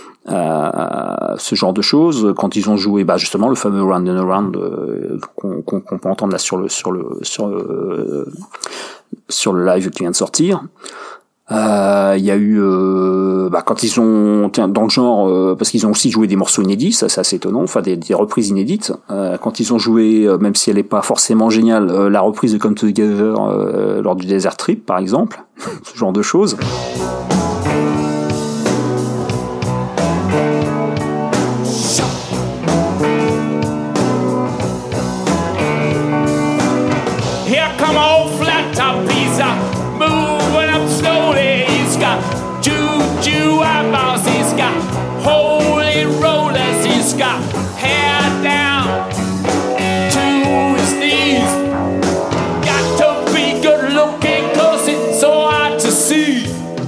Ce genre de choses quand ils ont joué justement le fameux Round and Around qu'on peut entendre là sur le live qui vient de sortir. Il y a eu quand ils ont dans le genre parce qu'ils ont aussi joué des morceaux inédits, ça c'est assez étonnant, enfin des reprises inédites. Quand ils ont joué, même si elle est pas forcément géniale, la reprise de Come Together lors du Desert Trip par exemple, ce genre de choses. Here come old flat top pizza, moving up slowly. He's got juju eyeballs, he's got holy rollers, he's got hair down to his knees. Got to be good looking 'cause it's so hard to see.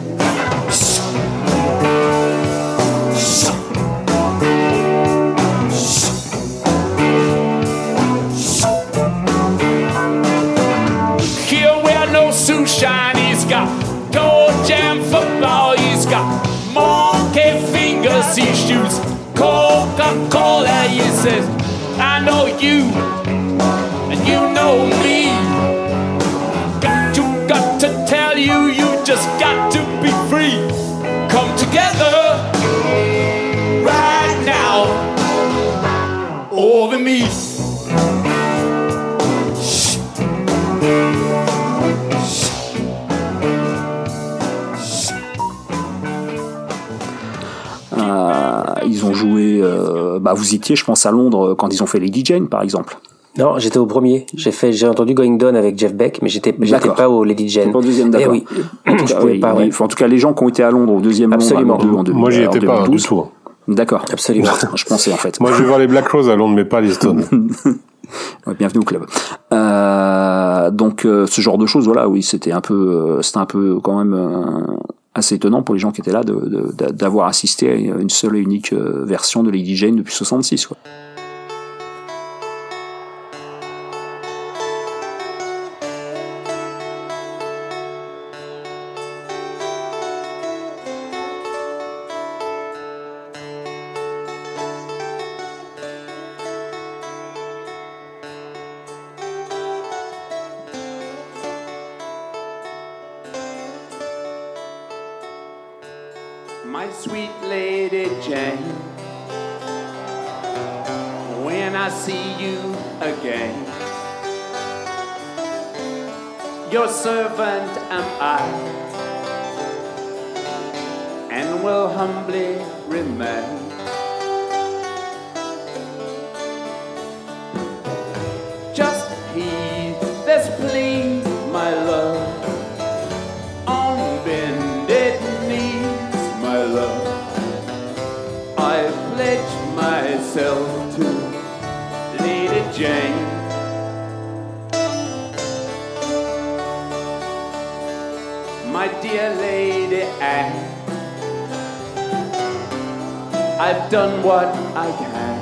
Shine, he's got gold jam football, he's got monkey fingers, he shoots Coca-Cola, he says, I know you, and you know me. Got to tell you, you just got to be free. Come together, right now, over me. Ils ont joué, vous étiez, je pense, à Londres quand ils ont fait Lady Jane, par exemple. Non, j'étais au premier. J'ai entendu Going Down avec Jeff Beck, mais j'étais pas au Lady Jane. Pas au deuxième, d'accord. Oui. Je pouvais pas. Ouais. En tout cas, les gens qui ont été à Londres au deuxième Absolument. Londres en 2012. Moi, j'y étais pas du tout. D'accord. Absolument. Je pensais en fait. Moi, je vais voir les Black Rose à Londres, mais pas les Stones. Ouais, bienvenue au club. Donc, ce genre de choses, voilà, oui, c'était un peu quand même assez étonnant pour les gens qui étaient là d'avoir assisté à une seule et unique version de Lady Jane depuis 66, quoi. My sweet Lady Jane, when I see you again, your servant am I, and will humbly remain. Just heed this plea, my love, on bended knee. I pledge myself to Lady Jane. My dear Lady Anne, I've done what I can.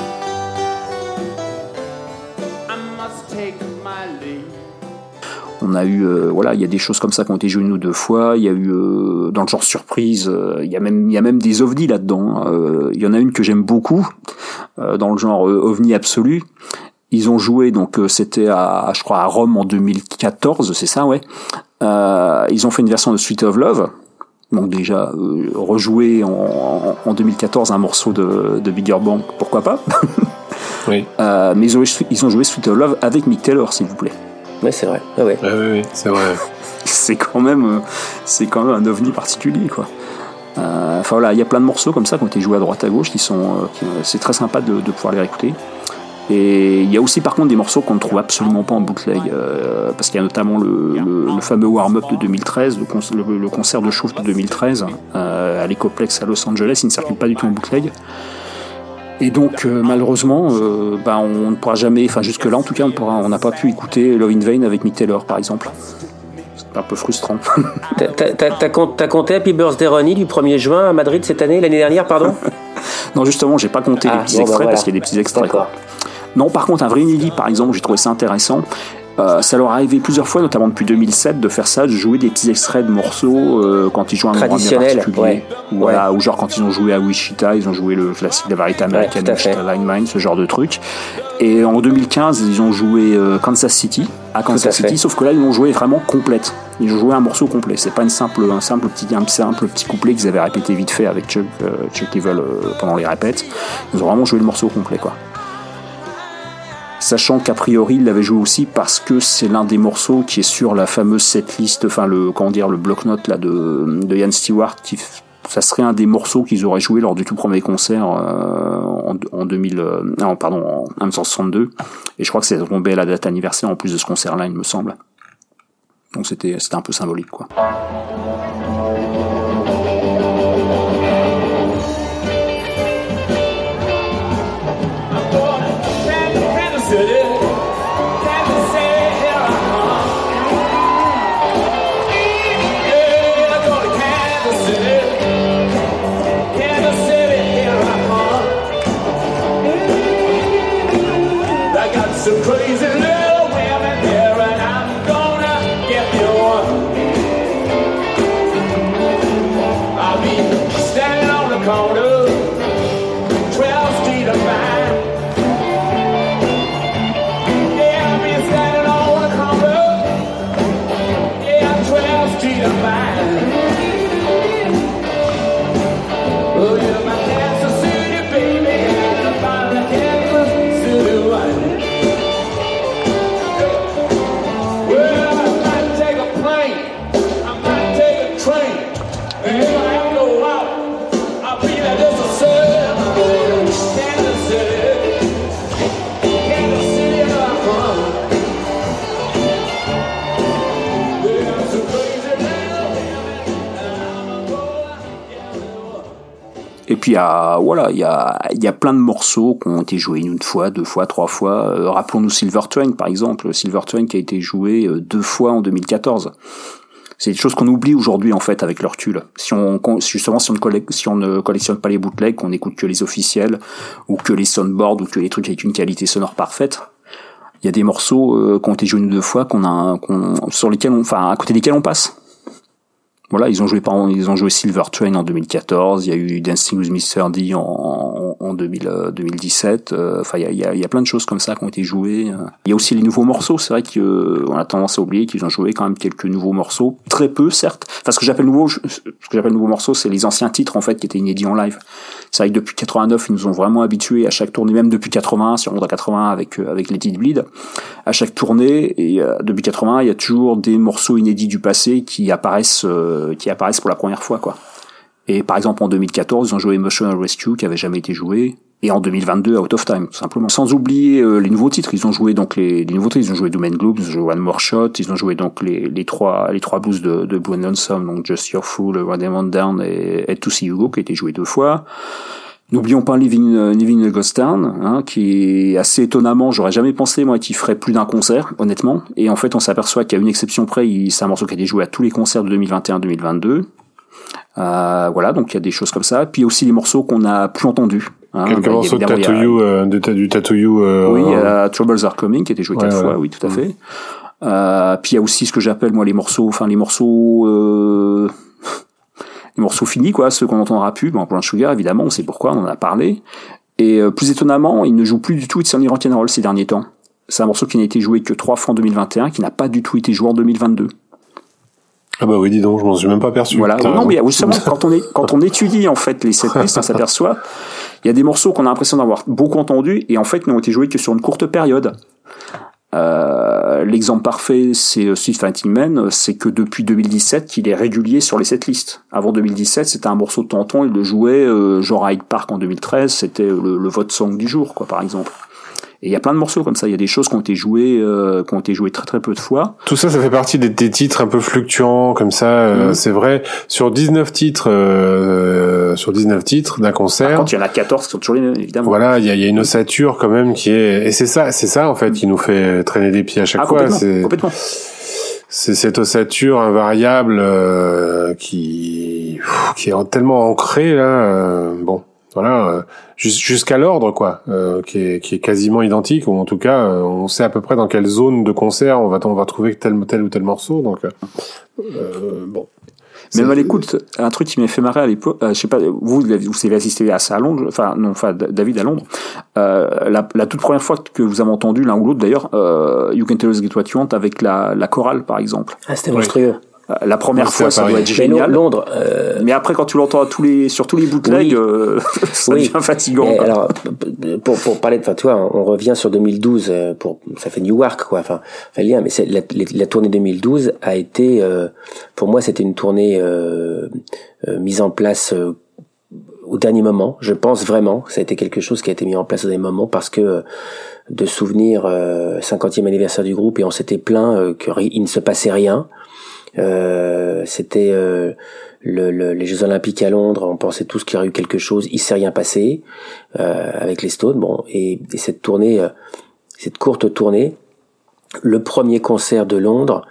I must take my leave. On a eu, il y a des choses comme ça qui ont été jouées une ou deux fois. Il y a eu, dans le genre surprise, il y a même des ovnis là-dedans. Il y en a une que j'aime beaucoup, dans le genre ovni absolu. Ils ont joué, donc c'était je crois à Rome en 2014, c'est ça, ouais. Ils ont fait une version de Sweet of Love. Donc déjà, rejouer en 2014 un morceau de Bigger Bang, pourquoi pas. Oui. Mais ils ont joué Sweet of Love avec Mick Taylor, s'il vous plaît. Oui, c'est vrai. Ah ouais. Oui, c'est vrai. c'est quand même un ovni particulier, quoi. Enfin voilà, il y a plein de morceaux comme ça qui ont été joués à droite à gauche c'est très sympa de pouvoir les réécouter. Et il y a aussi par contre des morceaux qu'on ne trouve absolument pas en bootleg, parce qu'il y a notamment le fameux warm-up de 2013, le concert de Chauffe de 2013 à l'Ecoplex à Los Angeles, il ne circule pas du tout en bootleg. Et donc malheureusement, on ne pourra jamais, enfin jusque là en tout cas, on n'a pas pu écouter Love in Vain avec Mick Taylor par exemple. C'est un peu frustrant. T'as compté Happy Birthday Ronnie du 1er juin à Madrid cette année, l'année dernière, pardon? Non, justement, j'ai pas compté les petits extraits, parce qu'il y a des petits extraits. Quoi. Non, par contre, un vrai inédit, par exemple, j'ai trouvé ça intéressant. Ça leur est arrivé plusieurs fois, notamment depuis 2007, de faire ça, de jouer des petits extraits de morceaux quand ils jouent un endroit bien particulier. Voilà, ou genre quand ils ont joué à Wichita, ils ont joué le classique de la variété américaine, Wichita Line Mine, ce genre de truc. Et en 2015, ils ont joué Kansas City, sauf que là, ils l'ont joué vraiment complète. Ils ont joué un morceau complet. C'est pas un simple petit couplet qu'ils avaient répété vite fait avec Chuck Leavell pendant les répètes. Ils ont vraiment joué le morceau complet, quoi. Sachant qu'a priori, il l'avait joué aussi parce que c'est l'un des morceaux qui est sur la fameuse setlist, enfin le bloc-notes là de Ian Stewart, ça serait un des morceaux qu'ils auraient joué lors du tout premier concert en 1962. Et je crois que c'est tombé à la date anniversaire en plus de ce concert-là, il me semble. Donc c'était un peu symbolique, quoi. Some crazy little women there, and I'm gonna get you one. I'll be standing on the corner, 12th Street of Vine. Yeah, I'll be standing on the corner, yeah, 12th Street of Vine. Oh, you're my Kansas City baby, and I'm my Kansas City wine. Et puis il y a plein de morceaux qui ont été joués une fois, deux fois, trois fois. Rappelons-nous Silver Train par exemple, Silver Train qui a été joué 2 fois en 2014. C'est des choses qu'on oublie aujourd'hui en fait avec le recul. Si on ne collectionne pas les bootlegs, qu'on écoute que les officiels ou que les soundboards ou que les trucs avec une qualité sonore parfaite, il y a des morceaux qui ont été joués 1 ou 2 fois à côté desquels on passe. Voilà, ils ont joué Silver Train en 2014, il y a eu Dancing with Mr. D en 2017, enfin il y a plein de choses comme ça qui ont été jouées. Il y a aussi les nouveaux morceaux, c'est vrai qu'on a tendance à oublier qu'ils ont joué quand même quelques nouveaux morceaux, très peu certes. Enfin ce que j'appelle nouveaux morceaux, c'est les anciens titres en fait qui étaient inédits en live. C'est vrai que depuis 89, ils nous ont vraiment habitués à chaque tournée, même depuis 81, si on remonte à 81 avec Let It Bleed, à chaque tournée, et depuis 81, il y a toujours des morceaux inédits du passé qui apparaissent pour la première fois, quoi. Et par exemple en 2014, ils ont joué Emotional Rescue qui avait jamais été joué, et en 2022 Out of Time tout simplement. Sans oublier les nouveaux titres, ils ont joué donc les nouveaux titres, ils ont joué Doom and Gloom, ils ont joué One More Shot, ils ont joué donc les trois blues de Blue and Lonesome, donc Just Your Fool, Run Them On Down et Head to See You Go qui a été joué 2 fois. N'oublions pas Living in a Ghost Town, qui est assez étonnamment, j'aurais jamais pensé moi qu'il ferait plus d'un concert, honnêtement. Et en fait, on s'aperçoit qu'à une exception près, c'est un morceau qui a été joué à tous les concerts de 2021-2022. Voilà, donc il y a des choses comme ça. Puis aussi les morceaux qu'on n'a plus entendus. Quelques morceaux de Tattoo You. Oui, il y a Troubles Are Coming qui a été joué 4 fois, oui, tout à fait. Puis il y a aussi ce que j'appelle moi les morceaux finis, quoi, ceux qu'on n'entendra plus. Bon, Brown Sugar, évidemment, on sait pourquoi, on en a parlé. Et plus étonnamment, il ne joue plus du tout It's Only Rock'n'Roll ces derniers temps. C'est un morceau qui n'a été joué que 3 fois en 2021, qui n'a pas du tout été joué en 2022. Ah bah oui, dis donc, je m'en suis même pas aperçu. Voilà. Non, mais justement, quand on étudie en fait les setlists, on s'aperçoit, il y a des morceaux qu'on a l'impression d'avoir beaucoup entendus et en fait n'ont été joués que sur une courte période. L'exemple parfait, c'est Street Fighting Man, c'est que depuis 2017 qu'il est régulier sur les setlists. Avant 2017, c'était un morceau de temps en temps, il le jouait, genre à Hyde Park en 2013, c'était le vote song du jour, quoi, par exemple. Et il y a plein de morceaux comme ça, il y a des choses qui ont été jouées très très peu de fois. Tout ça, ça fait partie des titres un peu fluctuants comme ça, c'est vrai. Sur 19 titres d'un concert. Par contre, il y en a 14 qui sont toujours les mêmes, évidemment. Voilà, il y a une ossature quand même qui est, et c'est ça en fait qui nous fait traîner des pieds à chaque fois. Complètement. C'est cette ossature invariable qui est tellement ancrée là. Bon. voilà, jusqu'à l'ordre, quoi, qui est quasiment identique, ou en tout cas, on sait à peu près dans quelle zone de concert on va trouver tel ou tel morceau, donc bon. Même à l'écoute, un truc qui m'a fait marrer à l'époque, je sais pas, vous avez assisté à ça à Londres, David à Londres, la toute première fois que vous avez entendu l'un ou l'autre d'ailleurs, You Can Tell Us Get What You Want avec la chorale par exemple. Ah, c'était monstrueux. La première fois, ça doit être génial. Londres. Mais après, quand tu l'entends sur tous les bootlegs, ça devient fatigant. Alors, pour parler de, tu vois, on revient sur 2012. Ça fait Newark, quoi. Enfin, lien. Mais la tournée 2012 a été, pour moi, c'était une tournée mise en place au dernier moment. Je pense vraiment, ça a été quelque chose qui a été mis en place au dernier moment parce que de souvenir 50e anniversaire du groupe et on s'était plaint qu'il ne se passait rien. C'était les Jeux Olympiques à Londres, on pensait tous qu'il y aurait eu quelque chose, il s'est rien passé avec les Stones. Bon, et cette tournée, cette courte tournée, le premier concert de Londres,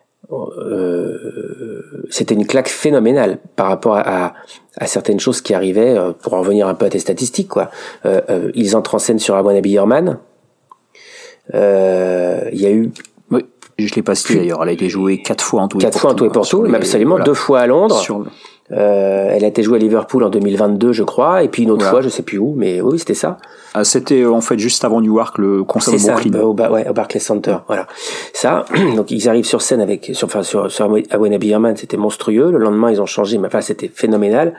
c'était une claque phénoménale par rapport à certaines choses qui arrivaient. Pour en revenir un peu à tes statistiques, quoi. Ils entrent en scène sur I Wanna Be Your Man. Il y a eu je l'ai pas cité d'ailleurs, elle a été jouée 4 fois en tout et pour tout. 4 fois en tout et pour tout, mais absolument, voilà. 2 fois à Londres. Elle a été jouée à Liverpool en 2022, je crois, et puis une autre fois, je sais plus où, mais oui, c'était ça. C'était en fait juste avant Newark, le concert de Brooklyn. Au Barclays Center, voilà. Ça, donc ils arrivent sur scène sur I Wanna Be Your Man, c'était monstrueux. Le lendemain, ils ont changé, mais enfin, c'était phénoménal.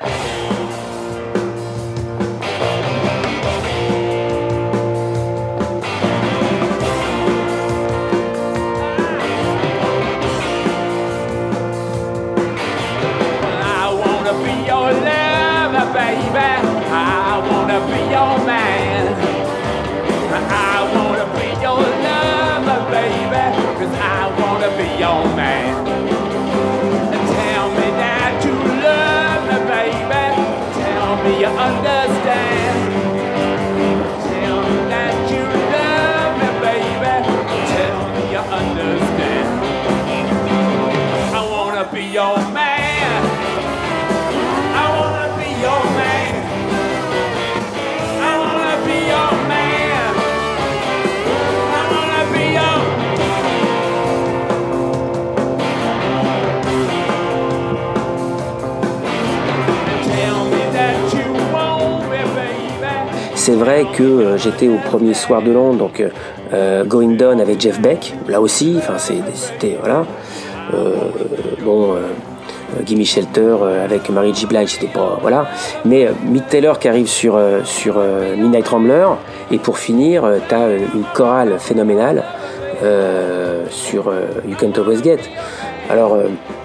C'est vrai que j'étais au premier soir de Londres, donc Going Down avec Jeff Beck, là aussi, enfin c'était voilà. Gimme Shelter avec Mary J. Blige, c'était pas voilà. Mais Mick Taylor qui arrive sur Midnight Rambler, et pour finir, t'as une chorale phénoménale sur You Can't Always Get. Alors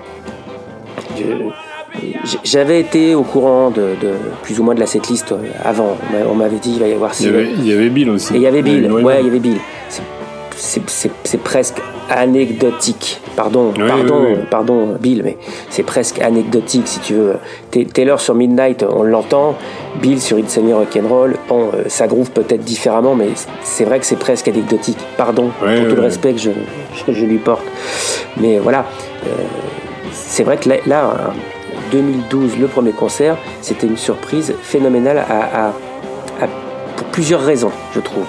j'avais été au courant de plus ou moins de la setlist avant. On m'avait dit il va y avoir. Il y avait Bill aussi. Et il y avait Bill. Il y avait Bill. C'est presque anecdotique. Pardon, Bill, mais c'est presque anecdotique si tu veux. Taylor sur Midnight, on l'entend. Bill sur It's Sunny Rock'n'Roll, bon, ça groove peut-être différemment, mais c'est vrai que c'est presque anecdotique. Pardon pour tout le respect que je lui porte. Mais voilà, c'est vrai que là 2012, le premier concert, c'était une surprise phénoménale pour plusieurs raisons, je trouve.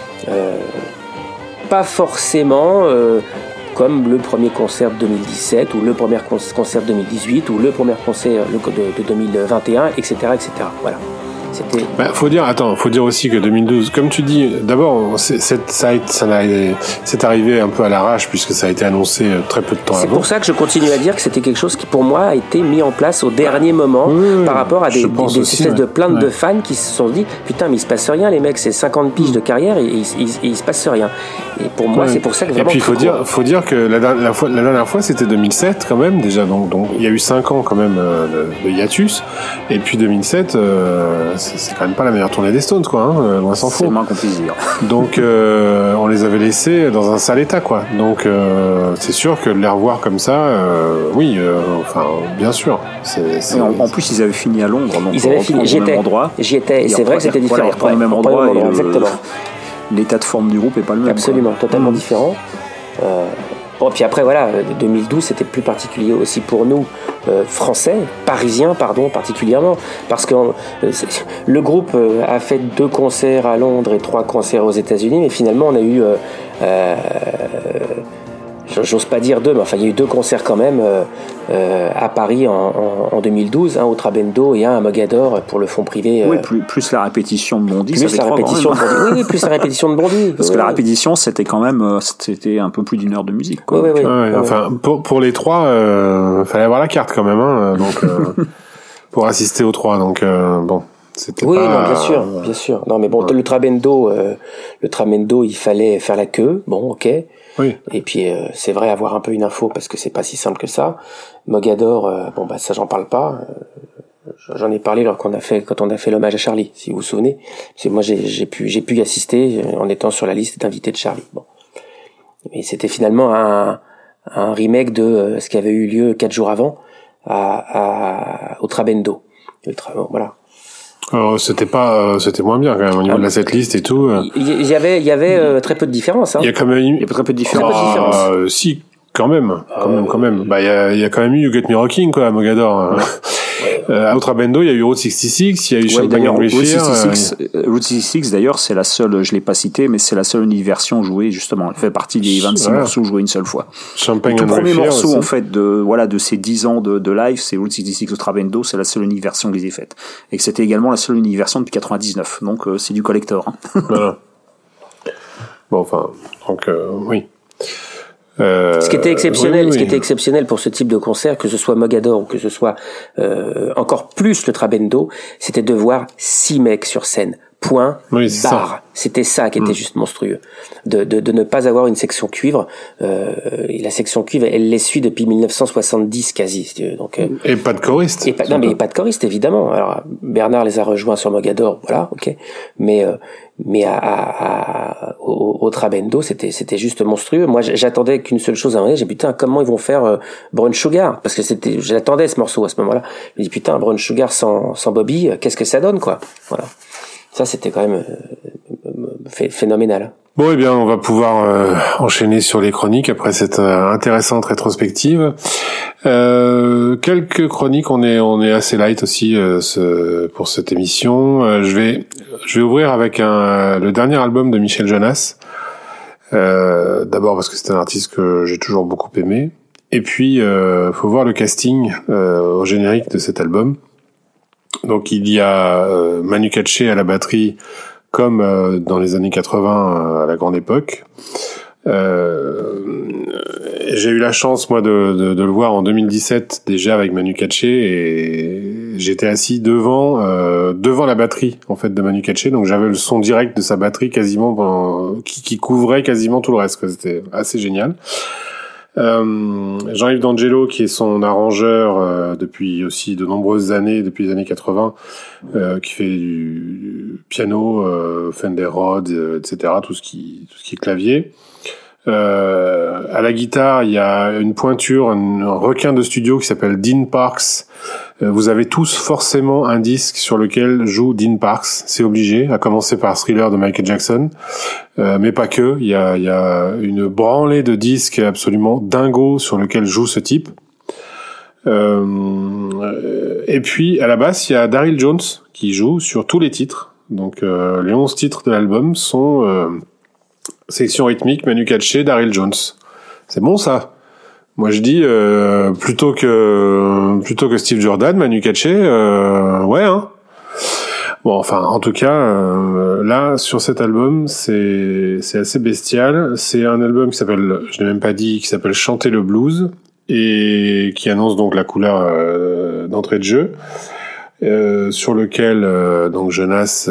Pas forcément comme le premier concert de 2017 ou le premier concert de 2018 ou le premier concert de 2021, etc., etc. Voilà. C'était... faut dire aussi que 2012, comme tu dis, d'abord, c'est arrivé un peu à l'arrache puisque ça a été annoncé très peu de temps avant. C'est pour ça que je continue à dire que c'était quelque chose qui, pour moi, a été mis en place au dernier moment par rapport à des espèces de plaintes de fans qui se sont dit putain, mais il se passe rien, les mecs, c'est 50 piges de carrière et il se passe rien. Et pour moi, c'est pour ça que vraiment. Et puis faut dire que la dernière fois, c'était 2007 quand même déjà, donc il y a eu 5 ans quand même de hiatus. Et puis 2007. C'est quand même pas la meilleure tournée des Stones, quoi, hein, loin s'en faut. C'est moins qu'on puisse dire. Donc, on les avait laissés dans un sale état, quoi. Donc, c'est sûr que de les revoir comme ça, oui, enfin, bien sûr. En plus, ils avaient fini à Londres, donc ils avaient fini. J'y étais, et c'est vrai que c'était différent. Ils reprennent au même endroit, et exactement. L'état de forme du groupe est pas le même. Absolument, quoi. Totalement différent. Bon, puis après, voilà, 2012, c'était plus particulier aussi pour nous, français, parisien, particulièrement, parce que le groupe a fait 2 concerts à Londres et 3 concerts aux États-Unis, mais finalement on a eu j'ose pas dire 2, mais enfin il y a eu 2 concerts quand même à Paris en 2012, un au Trabendo et un à Mogador pour le fonds privé. Oui, plus la répétition de Bondy. Plus la répétition de Bondy. Oui, plus la répétition de Bondy. Parce que la répétition, c'était quand même, c'était un peu plus d'1 heure de musique, quoi. Oui. Enfin, pour les 3, fallait avoir la carte quand même, hein, donc pour assister aux 3. Donc bon. C'était oui, pas... non, bien sûr. Non, mais bon, le Trabendo, il fallait faire la queue. Bon, ok. Oui. Et puis, c'est vrai, avoir un peu une info parce que c'est pas si simple que ça. Mogador, ça, j'en parle pas. J'en ai parlé quand on a fait l'hommage à Charlie, si vous vous souvenez. Parce que moi, j'ai pu y assister en étant sur la liste d'invités de Charlie. Bon. Mais c'était finalement un remake de ce qui avait eu lieu 4 jours avant au Trabendo. Voilà. Alors, c'était moins bien quand même au niveau de la setlist et tout. Il y avait très peu de différence. Hein. Il y a quand même il y a très peu de différence. Si, quand même. Bah, il y a quand même eu You Get Me Rocking, quoi, à Mogador. À Trabendo, il y a eu Route 66, il y a eu Champagne and Grease. Route 66, d'ailleurs, c'est la seule, je l'ai pas cité, mais c'est la seule version jouée, justement. Elle fait partie des 26 morceaux joués une seule fois. Champagne and Grease. Le premier morceau, aussi. en fait, de ces 10 ans de live, c'est Route 66 au Trabendo, c'est la seule version qu'ils aient faite. Et que c'était également la seule version depuis 99. Donc, c'est du collector, hein. Voilà. Bon, enfin, donc, oui. Ce qui était exceptionnel pour ce type de concert, que ce soit Mogador ou que ce soit encore plus le Trabendo, c'était de voir 6 mecs sur scène. Point, barre. C'était ça qui était juste monstrueux. De ne pas avoir une section cuivre. Et la section cuivre, elle les suit depuis 1970 quasi. Donc, et pas de choriste. Mais pas de choriste, évidemment. Alors, Bernard les a rejoints sur Mogador, voilà, ok. Mais au Trabendo, c'était juste monstrueux. Moi, j'attendais qu'une seule chose à un moment donné. J'ai dit, putain, comment ils vont faire Brown Sugar? Parce que j'attendais ce morceau à ce moment-là. Je me dis, putain, Brown Sugar sans Bobby, qu'est-ce que ça donne, quoi? Voilà. Ça, c'était quand même phénoménal. Bon, eh bien, on va pouvoir enchaîner sur les chroniques après cette intéressante rétrospective. Quelques chroniques, on est assez light aussi pour cette émission. Je vais ouvrir avec le dernier album de Michel Jonas. D'abord parce que c'est un artiste que j'ai toujours beaucoup aimé. Et puis, faut voir le casting au générique de cet album. Donc il y a Manu Katché à la batterie, comme dans les années 80 à la grande époque. J'ai eu la chance moi de le voir en 2017 déjà avec Manu Katché, et j'étais assis devant la batterie en fait de Manu Katché, donc j'avais le son direct de sa batterie quasiment qui couvrait quasiment tout le reste, quoi. C'était assez génial. Jean-Yves D'Angelo, qui est son arrangeur depuis aussi de nombreuses années, depuis les années 80, qui fait du piano, Fender Rhodes, etc., tout ce qui est clavier. À la guitare, il y a une pointure, un requin de studio qui s'appelle Dean Parks. Vous avez tous forcément un disque sur lequel joue Dean Parks, c'est obligé, à commencer par Thriller de Michael Jackson, mais pas que. Il y a une branlée de disques absolument dingos sur lequel joue ce type. Et puis à la basse, il y a Daryl Jones qui joue sur tous les titres. Donc les 11 titres de l'album sont section rythmique, Manu Katché, Daryl Jones. C'est bon ça. Moi je dis plutôt que Steve Jordan, Manu Katché, ouais hein. Bon, enfin en tout cas là sur cet album c'est assez bestial. C'est un album qui s'appelle, je l'ai même pas dit, qui s'appelle Chanter le blues et qui annonce donc la couleur d'entrée de jeu. Sur lequel donc Jonas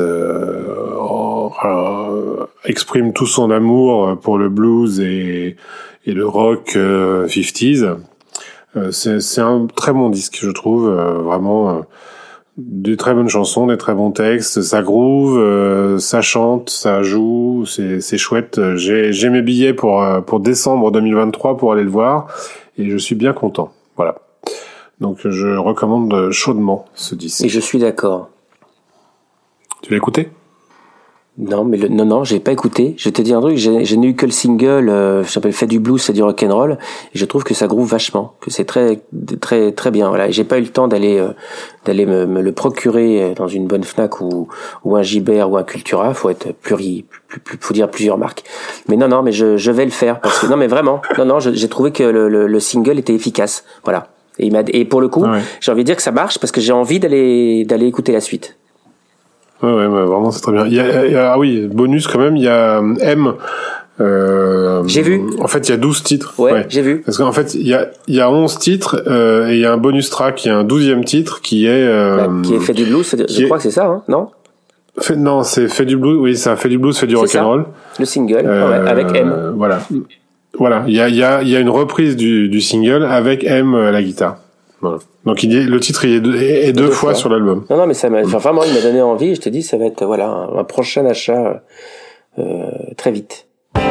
exprime tout son amour pour le blues et le rock 50s. C'est un très bon disque, je trouve, vraiment des très bonnes chansons, des très bons textes, ça groove, ça chante, ça joue, c'est chouette. J'ai mes billets pour décembre 2023 pour aller le voir et je suis bien content. Voilà. Donc je recommande chaudement ce disque. Et je suis d'accord. Tu l'as écouté ? Non, mais non, j'ai pas écouté. Je vais te dire un truc, j'ai eu que le single, s'appelle Fait du blues, c'est du rock'n'roll, et je trouve que ça groove vachement, que c'est très, très, très bien. Voilà, et j'ai pas eu le temps d'aller me le procurer dans une bonne Fnac ou un Gibert ou un Cultura. Faut être faut dire plusieurs marques. Mais non, mais je vais le faire parce que non, mais vraiment, non, j'ai trouvé que le single était efficace. Voilà. Et pour le coup, j'ai envie de dire que ça marche parce que j'ai envie d'aller écouter la suite. Ouais, vraiment, c'est très bien. Ah oui, bonus quand même, il y a M. J'ai vu. En fait, il y a 12 titres. Ouais, j'ai vu. Parce qu'en fait, il y a 11 titres, et il y a un bonus track, il y a un 12e titre qui est Fait du blues, je crois que c'est ça, hein, non? Non, c'est Fait du blues, oui, ça fait du blues, fait du rock'n'roll. Le single, avec M. Voilà. Il y a une reprise du single avec M à la guitare. Voilà. Donc le titre est deux fois sur l'album. Non, mais vraiment, il m'a donné envie, et je te dis, ça va être, un prochain achat, très vite.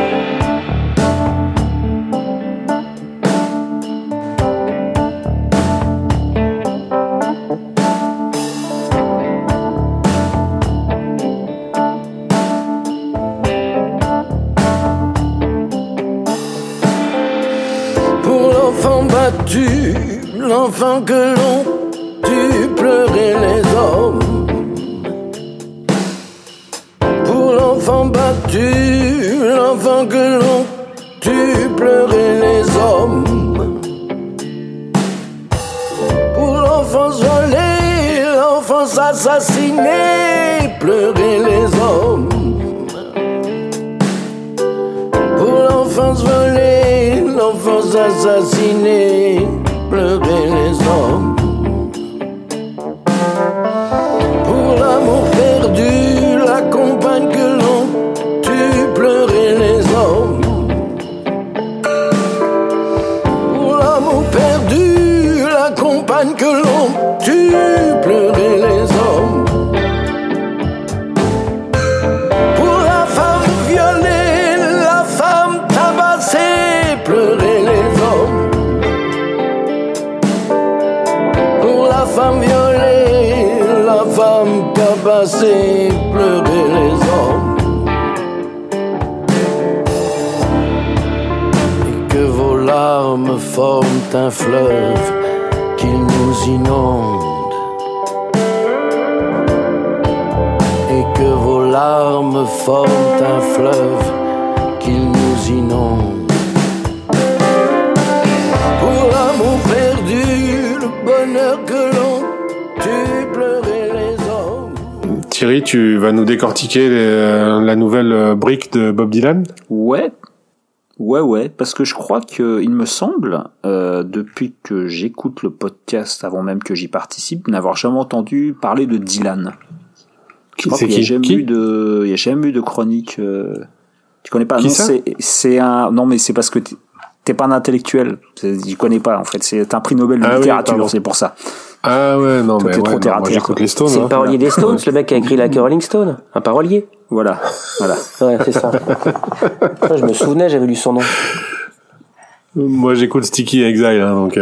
L'enfant que l'on tue pleurer les hommes. Pour l'enfant battu, l'enfant que l'on tue pleurer les hommes. Pour l'enfance volée, l'enfance assassinée, pleurer les hommes. Pour l'enfance volée, l'enfance assassinée, pleurer les hommes. Pour l'amour perdu, la compagne que l'on tue, pleurer les hommes. Pour l'amour perdu, la compagne que l'on tue, pleurer les hommes. Pour la femme violée, la femme tabassée, pleurer les hommes. La femme violée, la femme tabassée, pleurer les hommes. Et que vos larmes forment un fleuve qui nous inonde. Et que vos larmes forment un fleuve qui nous inonde. Pour l'amour perdu, le bonheur que l'on tue, pleurer les hommes. Thierry, tu vas nous décortiquer la nouvelle brique de Bob Dylan ? Ouais, parce que je crois que, il me semble, depuis que j'écoute le podcast avant même que j'y participe, n'avoir jamais entendu parler de Dylan. Je crois qu'il n'y a jamais eu de chronique. Tu connais pas? Qui Non, ça? c'est un. Non, mais c'est parce que t'es pas un intellectuel. Je connais pas en fait. C'est un prix Nobel de littérature, oui, c'est pour ça. Ah ouais, non, mais trop terre à moi terre, j'écoute quoi. les Stones. C'est le parolier des Stones, le mec qui a écrit la Rolling Stone, un parolier. Voilà. Ouais, c'est ça. Je me souvenais, j'avais lu son nom. Moi j'écoute Sticky Exile, hein, donc.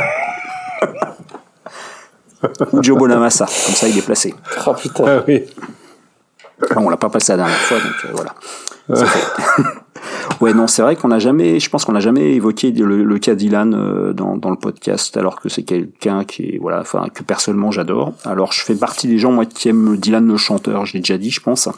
Ou Joe Bonamassa, comme ça il est placé. Oh putain. Ah oui. Enfin, on l'a pas passé la dernière fois, donc voilà. C'est fait. Ouais, non, c'est vrai je pense qu'on n'a jamais évoqué le cas Dylan dans le podcast, alors que c'est quelqu'un qui est, voilà, enfin, que personnellement j'adore. Alors, je fais partie des gens, moi, qui aiment Dylan le chanteur, je l'ai déjà dit, je pense.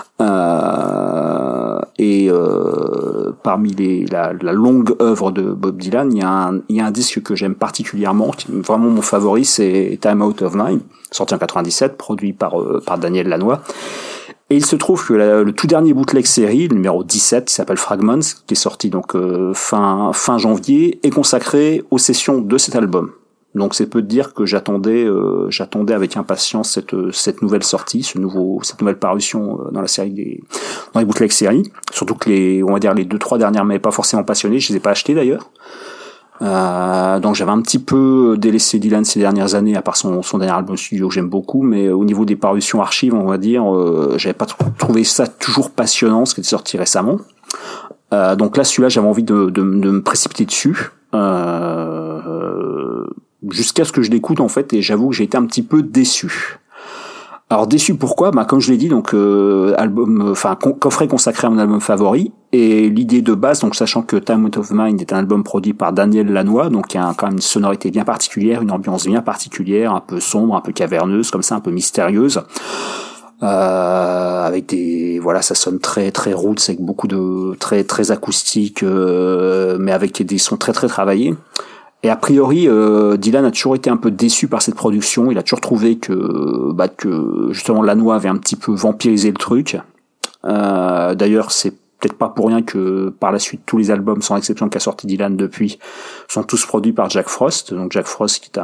Parmi la longue œuvre de Bob Dylan, il y a un disque que j'aime particulièrement, qui est vraiment mon favori, c'est Time Out of Mind, sorti en 97, produit par Daniel Lanois. Et il se trouve que le tout dernier bootleg série, le numéro 17, qui s'appelle Fragments, qui est sorti donc fin janvier, est consacré aux sessions de cet album. Donc c'est peu de dire que j'attendais avec impatience cette nouvelle sortie, cette nouvelle parution dans la série dans les bootleg séries. Surtout que les 2-3 dernières m'avaient pas forcément passionné, je les ai pas achetées d'ailleurs. Donc j'avais un petit peu délaissé Dylan ces dernières années, à part son dernier album studio que j'aime beaucoup, mais au niveau des parutions archives, on va dire, j'avais pas trouvé ça toujours passionnant, ce qui était sorti récemment. Donc là, celui-là, j'avais envie de me précipiter dessus, jusqu'à ce que je l'écoute en fait, et j'avoue que j'ai été un petit peu déçu. Alors déçu pourquoi ? Comme je l'ai dit, donc coffret consacré à mon album favori, et l'idée de base, donc sachant que Time Out of Mind est un album produit par Daniel Lanois, donc il y a quand même une sonorité bien particulière, une ambiance bien particulière, un peu sombre, un peu caverneuse, comme ça, un peu mystérieuse, avec ça sonne très très roots, avec beaucoup de très très acoustique, mais avec des sons très très travaillés. Et a priori, Dylan a toujours été un peu déçu par cette production. Il a toujours trouvé que justement Lanois avait un petit peu vampirisé le truc. D'ailleurs, c'est peut-être pas pour rien que par la suite tous les albums, sans exception qu'a sorti Dylan depuis, sont tous produits par Jack Frost. Donc Jack Frost qui est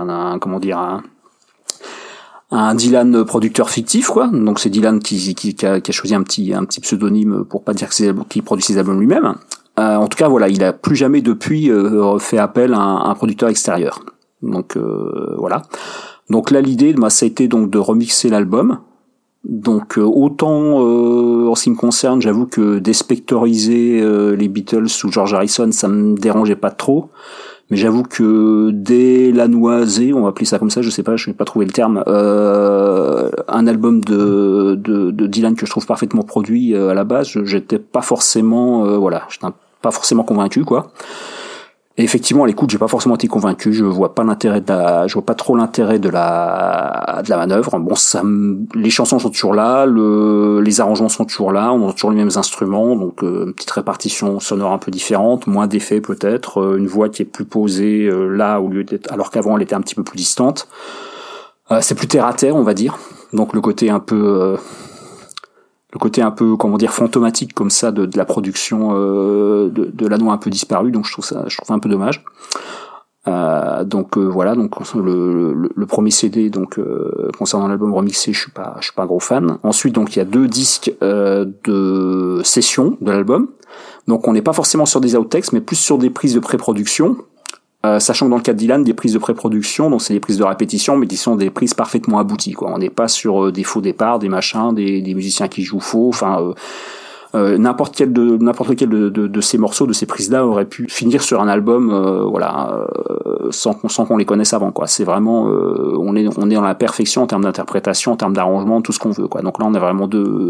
un Dylan producteur fictif, quoi. Donc c'est Dylan qui a choisi un petit pseudonyme pour pas dire qu'il produit ses albums lui-même. En tout cas, voilà, il a plus jamais depuis fait appel à un producteur extérieur. Donc voilà. Donc là, l'idée, ça a été donc de remixer l'album. Donc autant en ce qui me concerne, j'avoue que déspectoriser les Beatles ou George Harrison, ça me dérangeait pas trop. Mais j'avoue que délanoiser, on va appeler ça comme ça, je sais pas, je n'ai pas trouvé le terme, un album de Dylan que je trouve parfaitement produit à la base, j'étais pas forcément, j'étais pas forcément convaincu, quoi. Et effectivement, à l'écoute, j'ai pas forcément été convaincu. Je vois pas trop l'intérêt de la manœuvre. Bon, les chansons sont toujours là, les arrangements sont toujours là, on a toujours les mêmes instruments, donc une petite répartition sonore un peu différente, moins d'effets peut-être, une voix qui est plus posée là au lieu d'être, alors qu'avant elle était un petit peu plus distante. C'est plus terre à terre, on va dire. Donc le côté un peu fantomatique comme ça de la production de Lanois un peu disparu, donc je trouve ça un peu dommage. Donc le premier CD concernant l'album remixé, je suis pas un gros fan. Ensuite donc il y a 2 disques de session de l'album. Donc on n'est pas forcément sur des outtakes mais plus sur des prises de pré-production. Sachant que dans le cas de Dylan, des prises de pré-production, donc c'est des prises de répétition, mais qui sont des prises parfaitement abouties, quoi. On n'est pas sur des faux départs, des machins, des musiciens qui jouent faux. Enfin, n'importe lequel de ces morceaux, de ces prises-là, aurait pu finir sur un album, sans qu'on les connaisse avant, quoi. C'est vraiment, on est dans la perfection en termes d'interprétation, en termes d'arrangement, tout ce qu'on veut, quoi. Donc là, on a vraiment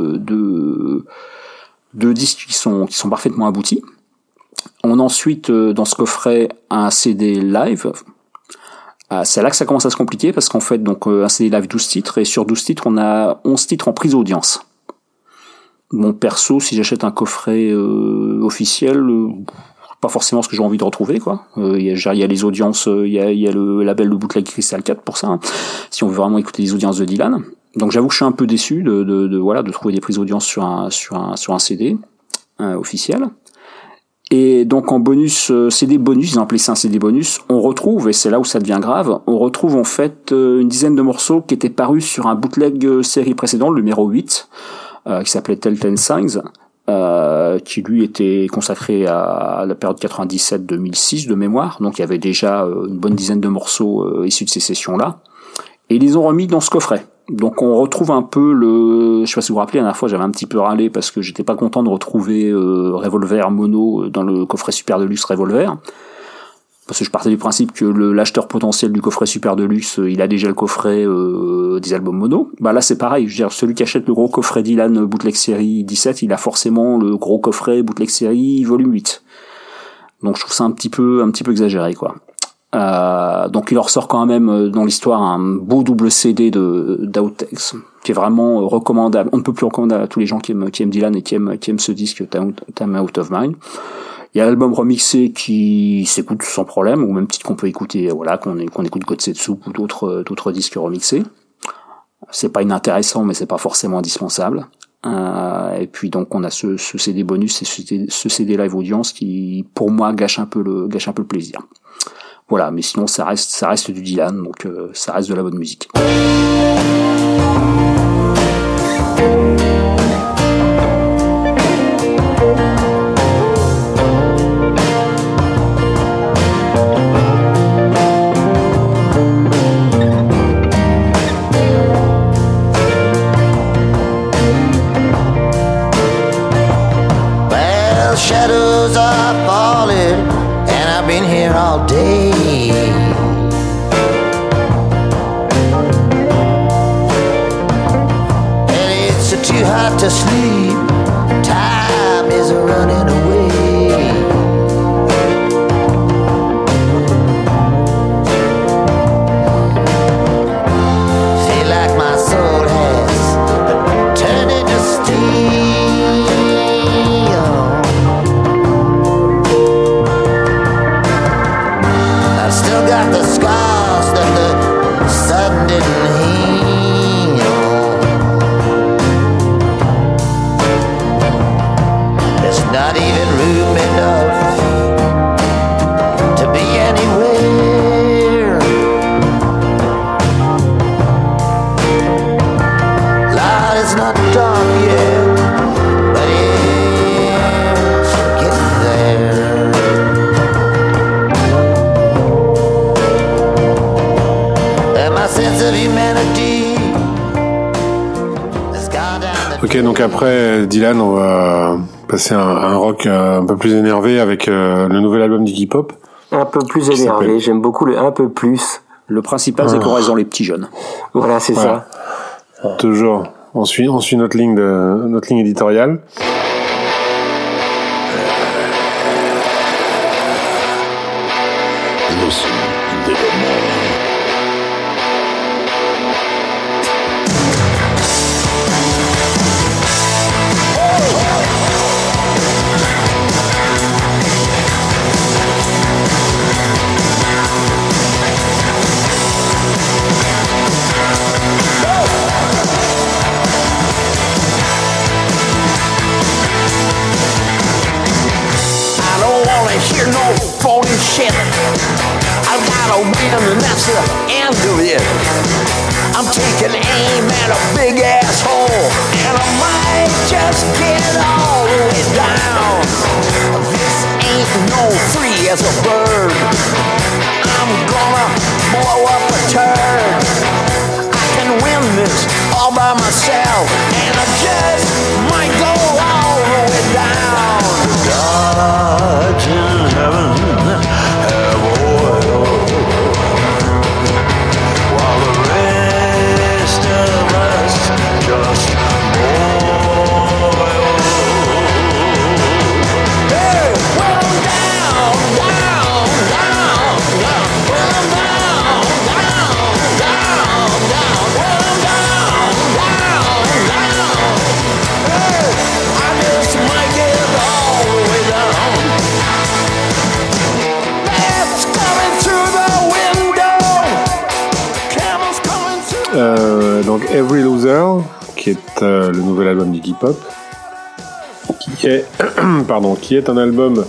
deux disques qui sont parfaitement aboutis. On a ensuite dans ce coffret un CD live. C'est là que ça commence à se compliquer parce qu'en fait donc un CD live 12 titres et sur 12 titres on a 11 titres en prise audience. Bon, perso, si j'achète un coffret officiel, pas forcément ce que j'ai envie de retrouver, quoi. Il y a les audiences, il y a le label de Bootleg Crystal 4 pour ça, hein, si on veut vraiment écouter les audiences de Dylan. Donc j'avoue que je suis un peu déçu de trouver des prises audience sur un CD officiel. Et donc en bonus, CD bonus, ils ont appelé ça un CD bonus, on retrouve, et c'est là où ça devient grave, on retrouve en fait une dizaine de morceaux qui étaient parus sur un bootleg série précédent, le numéro 8, qui s'appelait Telltale Signs, qui lui était consacré à la période 97-2006 de mémoire, donc il y avait déjà une bonne dizaine de morceaux issus de ces sessions-là, et ils les ont remis dans ce coffret. Donc on retrouve un peu je sais pas si vous vous rappelez, la dernière fois j'avais un petit peu râlé parce que j'étais pas content de retrouver Revolver Mono dans le coffret Super Deluxe Revolver, parce que je partais du principe que l'acheteur potentiel du coffret Super Deluxe, il a déjà le coffret des albums mono. Bah là c'est pareil, je veux dire, celui qui achète le gros coffret Dylan Bootleg Série 17, il a forcément le gros coffret Bootleg Série volume 8. Donc je trouve ça un petit peu exagéré, quoi. Donc il en ressort quand même dans l'histoire un beau double CD d'Outtakes qui est vraiment recommandable. On ne peut plus recommander à tous les gens qui aiment Dylan et qui aiment ce disque Time Out of Mind. Il y a l'album remixé qui s'écoute sans problème, ou même titre qu'on peut écouter, qu'on écoute Godsetsu ou d'autres disques remixés. C'est pas inintéressant, mais c'est pas forcément indispensable. Et puis donc on a ce CD bonus et ce CD live audience qui pour moi gâche un peu le plaisir. Voilà, mais sinon ça reste du Dylan, donc ça reste de la bonne musique. Well, shadows are falling and I've been here all day. too hot to sleep. Time is running away. Feel like my soul has turned into steel. I've still got the scars that the sun didn't heal. There's not even room enough to be anywhere. Light is not dark yet, but it's getting there. And my sense of humanity has gone down the Ok, donc après Dylan, on va passer à un rock un peu plus énervé avec le nouvel album d'Iggy Pop. Un peu plus Qui énervé, s'appelle- j'aime beaucoup le un peu plus. Le principal, c'est qu'on reste dans les petits jeunes. Voilà, c'est ça. Toujours. On suit notre ligne éditoriale. Listen, little man. I don't wanna hear no phony shit. I gotta win and that's the end of it. I'm taking aim at a big asshole, and I might just get all the way down. This ain't no free as a bird. I'm gonna blow up a turd. I can win this all by myself, and I just might go all the way down. Gods in heaven have oil, while the rest of us just boil. Hey, well, I'm down, down, down, down. Well, I'm down, down, down, down. Well, I'm down, down, down. Hey, I just might get all the way down. That's coming through the window. Camels coming through. Donc Every Loser, qui est le nouvel album d'Iggy Pop, qui est qui est un album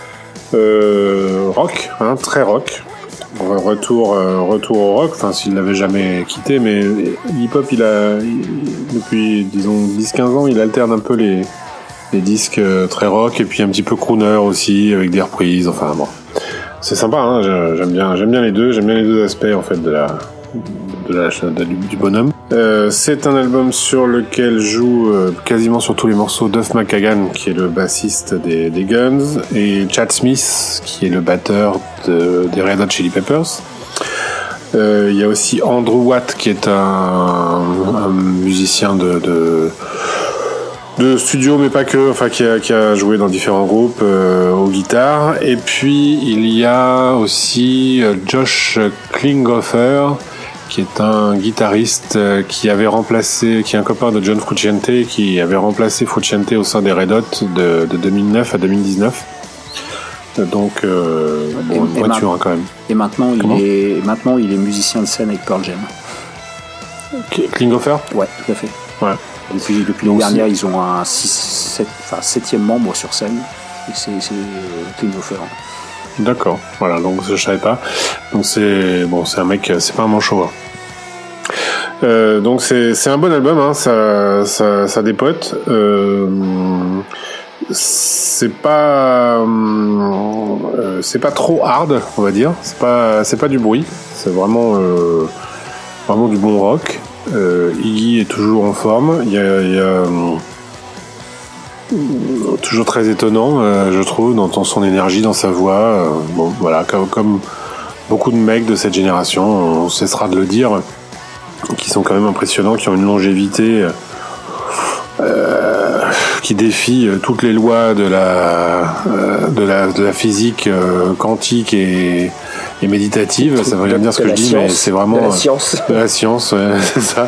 rock, hein, très rock. Retour au rock, enfin s'il l'avait jamais quitté, mais Iggy Pop depuis disons 10-15 ans il alterne un peu les disques très rock et puis un petit peu crooner aussi avec des reprises, enfin bon. C'est sympa, hein, j'aime bien les deux aspects en fait du bonhomme. C'est un album sur lequel joue quasiment sur tous les morceaux Duff McKagan, qui est le bassiste des Guns, et Chad Smith, qui est le batteur des Red Hot Chili Peppers. Il y a aussi Andrew Watt, qui est un musicien de studio, mais pas que, enfin qui a joué dans différents groupes aux guitares. Et puis il y a aussi Josh Klinghoffer, qui est un guitariste qui est un copain de John Frusciante, qui avait remplacé Frusciante au sein des Red Hot de 2009 à 2019. Donc une voiture hein, quand même. Et maintenant il est musicien de scène avec Pearl Jam. Klinghoffer ? Ouais, tout à fait. Ouais. Depuis l'année dernière, ils ont un 7e membre sur scène, et c'est Klinghoffer. D'accord, voilà, donc je savais pas. Donc c'est un mec, c'est pas un manchot. Donc c'est un bon album, hein, ça dépote. C'est pas trop hard, on va dire. C'est pas du bruit. C'est vraiment du bon rock. Iggy est toujours en forme. Il y a toujours très étonnant, je trouve, dans son énergie, dans sa voix. Bon, voilà, comme beaucoup de mecs de cette génération, on cessera de le dire, qui sont quand même impressionnants, qui ont une longévité qui défie toutes les lois de la physique quantique et méditative. Ça veut rien dire ce que je dis, mais c'est vraiment de la science. De la science, c'est ça.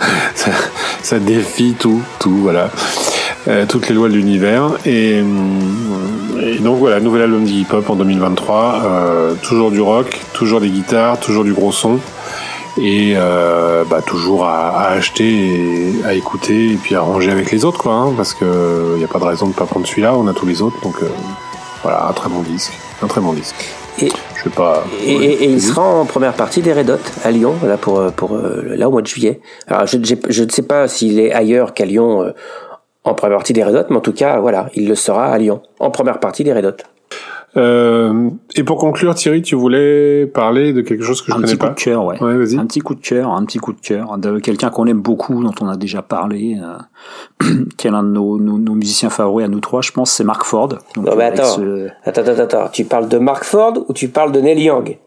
Ça défie tout, voilà. Toutes les lois de l'univers. Et donc voilà, nouvel album d'Iggy Pop en 2023. Toujours du rock, toujours des guitares, toujours du gros son. Et toujours à acheter et à écouter et puis à ranger avec les autres, quoi, hein, parce que y a pas de raison de pas prendre celui-là, on a tous les autres, donc voilà, un très bon disque. Et, je sais pas. Et il sera en première partie des Red Hot à Lyon, là pour là au mois de juillet. Alors je ne sais pas s'il est ailleurs qu'à Lyon en première partie des Red Hot, mais en tout cas voilà, il le sera à Lyon en première partie des Red Hot. Et pour conclure, Thierry, tu voulais parler de quelque chose que je connais pas. Un petit coup de cœur, ouais. Ouais, vas-y. Un petit coup de cœur de quelqu'un qu'on aime beaucoup, dont on a déjà parlé, qui est l'un de nos musiciens favoris à nous trois, je pense, c'est Mark Ford. Donc, non, mais attends. Tu parles de Mark Ford ou tu parles de Neil Young?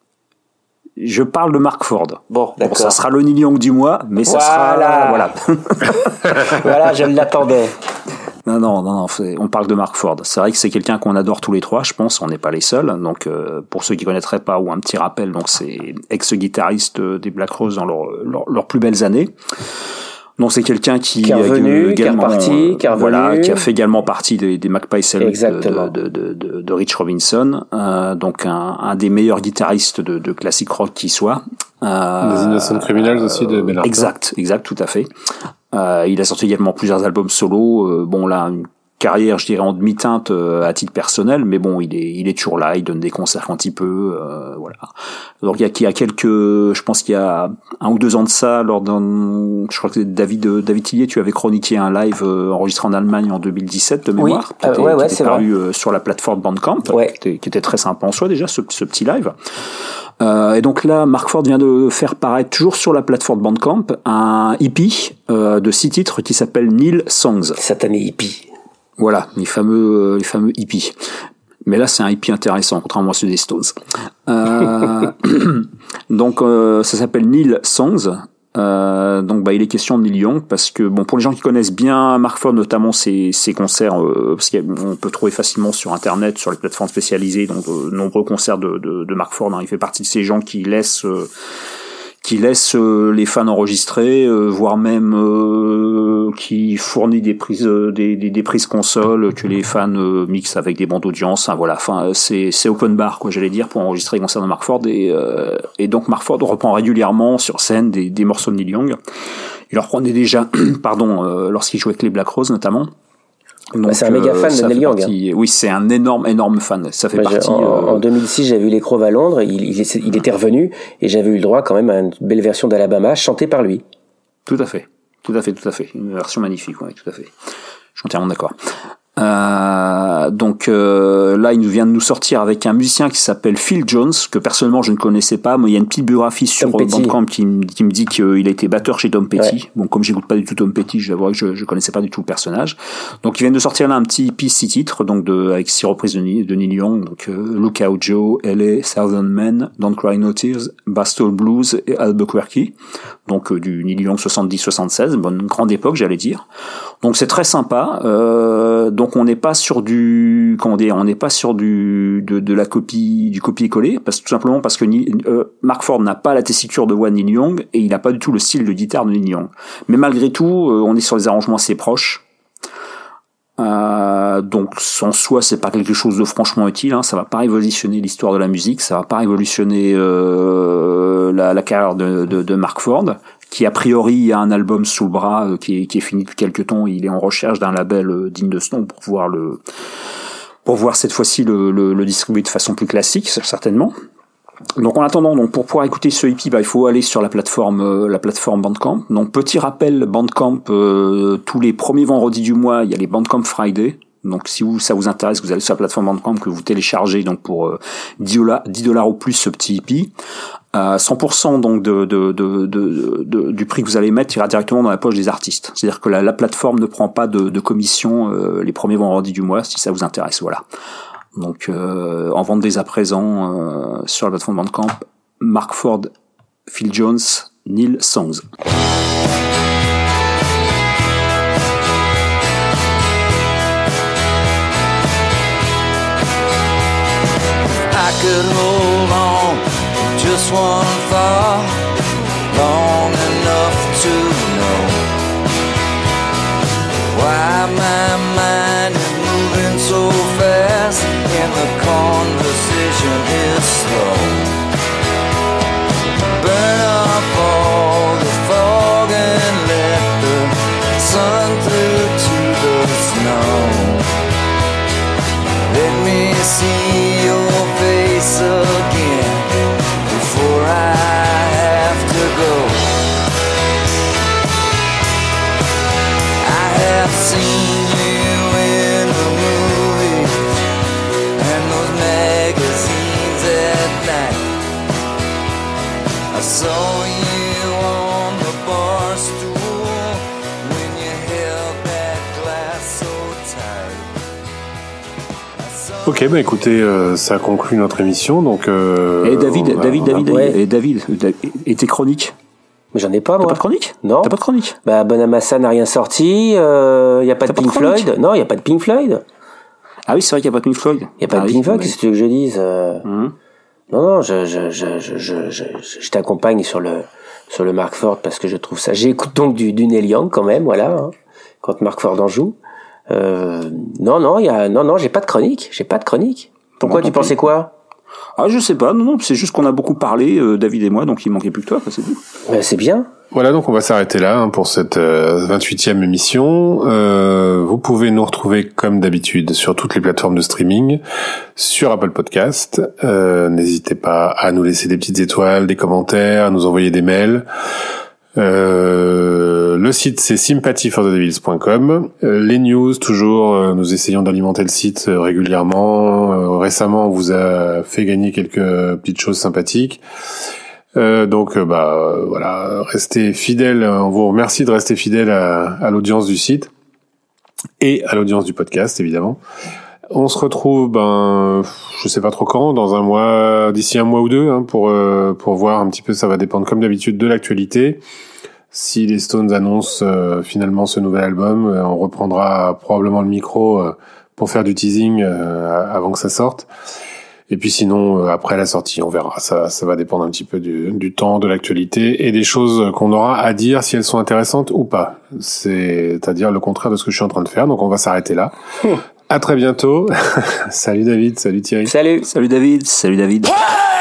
Je parle de Mark Ford. Bon, d'accord. Ça sera le Neil Young du mois, mais ça sera... Voilà. Voilà, je l'attendais. Non, on parle de Mark Ford. C'est vrai que c'est quelqu'un qu'on adore tous les trois, je pense, on n'est pas les seuls. Donc, pour ceux qui connaîtraient pas, ou un petit rappel, donc c'est ex-guitariste des Black Rose dans leurs plus belles années. Donc c'est quelqu'un qui est revenu, qui est reparti, qui est revenu. Voilà, qui a fait également partie des Magpie Salute de Rich Robinson. Donc un des meilleurs guitaristes de classic rock qui soit. Des Innocent Criminals aussi de Bell Harbor. Exact, tout à fait. Il a sorti également plusieurs albums solo. Bon là, une carrière, je dirais, en demi-teinte à titre personnel, mais bon, il est toujours là, il donne des concerts quand il peut, voilà. Donc il y a quelques, je pense qu'il y a 1 ou 2 ans de ça, lors d'un, je crois que c'est David Tillier, tu avais chroniqué un live enregistré en Allemagne en 2017 de mémoire, oui. qui était paru sur la plateforme Bandcamp, qui était très sympa en soi déjà, ce petit live. Et donc là, Mark Ford vient de faire paraître, toujours sur la plateforme Bandcamp, un EP de 6 titres qui s'appelle Neil Songs. Satané hippie. Voilà, les fameux hippies. Mais là, c'est un hippie intéressant, contrairement à ceux des Stones. Donc, ça s'appelle Neil Songs. Donc, il est question de Neil Young parce que, bon, pour les gens qui connaissent bien Mark Ford, notamment ses concerts, parce qu'on peut trouver facilement sur Internet, sur les plateformes spécialisées, donc de nombreux concerts de Mark Ford. Hein. Il fait partie de ces gens qui laissent les fans enregistrer, voire même qui fournit des prises des prises consoles que les fans mixent avec des bandes d'audience. Hein, voilà, enfin c'est open bar, quoi, j'allais dire, pour enregistrer les concerts de Mark Ford. Et donc Mark Ford reprend régulièrement sur scène des morceaux de Neil Young. Il leur reprenait déjà, lorsqu'il jouait avec les Black Rose notamment. Donc, c'est un méga fan de Neil Young. Hein. Oui, c'est un énorme fan. Ça fait partie. En 2006, j'avais vu les Crows à Londres. Il était revenu et j'avais eu le droit quand même à une belle version d'Alabama chantée par lui. Tout à fait. Une version magnifique, ouais, tout à fait. Je suis entièrement d'accord. Donc là, il vient de nous sortir avec un musicien qui s'appelle Phil Jones, que personnellement je ne connaissais pas, mais il y a une petite biographie sur Bandcamp qui me dit qu'il a été batteur chez Tom Petty. Ouais. Bon, comme j'écoute pas du tout Tom Petty, je l'avoue que je connaissais pas du tout le personnage. Donc il vient de sortir là un petit EP 6 titres, donc avec 6 reprises de Neil Young, donc Lookout Joe, LA, Southern Man, Don't Cry No Tears, Bristol Blues et Albuquerque. Donc du Neil Young 70-76, bonne grande époque, j'allais dire. Donc c'est très sympa. Donc on n'est pas sur du de la copie, du copier-coller, tout simplement parce que Mark Ford n'a pas la tessiture de voix de Neil Young et il n'a pas du tout le style de guitare de Neil Young. Mais malgré tout, on est sur des arrangements assez proches. Donc en soi, c'est pas quelque chose de franchement utile. Hein. Ça va pas révolutionner l'histoire de la musique, ça va pas révolutionner la carrière de Mark Ford, qui a priori a un album sous le bras qui est fini depuis quelques temps. Il est en recherche d'un label digne de ce nom pour voir cette fois-ci le distribuer de façon plus classique, certainement. Donc en attendant, pour pouvoir écouter ce EP, il faut aller sur la plateforme Bandcamp. Donc petit rappel, Bandcamp, tous les premiers vendredis du mois, il y a les Bandcamp Friday. Donc si ça vous intéresse, vous allez sur la plateforme Bandcamp, que vous téléchargez donc pour $10 au plus ce petit EP. 100% donc du prix que vous allez mettre ira directement dans la poche des artistes. C'est-à-dire que la plateforme ne prend pas de commission les premiers vendredis du mois, si ça vous intéresse. Voilà. Donc en vente dès à présent sur la plateforme Bandcamp, Mark Ford, Phil Jones, Neil Songs. could hold on to just one thought long enough to know why my mind is moving so fast and the conversation is slow. Burn up all the fog and let the sun through to the snow. Let me see your face again before I have to go. I have seen you in the movies and those magazines at night. I saw you on the bar stool when you held that glass so tight. Ok, bah écoutez, ça conclut notre émission. Donc, Et David, ouais. et David, et tes chroniques? Mais j'en ai pas, T'as moi. pas de chronique? Non. T'as pas de chronique? Bah, Bonamassa n'a rien sorti, y a pas de T'as pas de Pink chronique Floyd. Non, y a pas de Pink Floyd. Ah oui, c'est vrai qu'il y a pas de Pink Floyd. Y a pas Ah de oui, Pink Floyd, mais- qu'est-ce que tu veux que je dise Hum. Non, je t'accompagne sur le Mark Ford parce que je trouve ça. J'écoute donc du Neil Young quand même, voilà, hein, quand Mark Ford en joue. Non, j'ai pas de chronique. Pourquoi Bon, tu tant pensais pis. quoi? Ah, je sais pas, non, c'est juste qu'on a beaucoup parlé, David et moi, donc il manquait plus que toi, quoi, c'est tout. Ben, c'est bien. voilà, donc on va s'arrêter là hein, pour cette 28e émission. Vous pouvez nous retrouver comme d'habitude sur toutes les plateformes de streaming, sur Apple Podcast. N'hésitez pas à nous laisser des petites étoiles, des commentaires, à nous envoyer des mails. Le site c'est sympathyforthedevils.com. Les news, toujours, nous essayons d'alimenter le site régulièrement. Récemment, on vous a fait gagner quelques petites choses sympathiques. Voilà, restez fidèles. On vous remercie de rester fidèles à l'audience du site et à l'audience du podcast, évidemment. On se retrouve, je sais pas trop quand, dans un mois, d'ici un mois ou deux, hein, pour voir un petit peu. Ça va dépendre, comme d'habitude, de l'actualité. Si les Stones annoncent finalement ce nouvel album, on reprendra probablement le micro pour faire du teasing avant que ça sorte. Et puis sinon, après la sortie, on verra. Ça va dépendre un petit peu du temps, de l'actualité et des choses qu'on aura à dire, si elles sont intéressantes ou pas. C'est-à-dire le contraire de ce que je suis en train de faire. Donc on va s'arrêter là. À très bientôt. Salut David, salut Thierry. Salut. Salut David. Hey!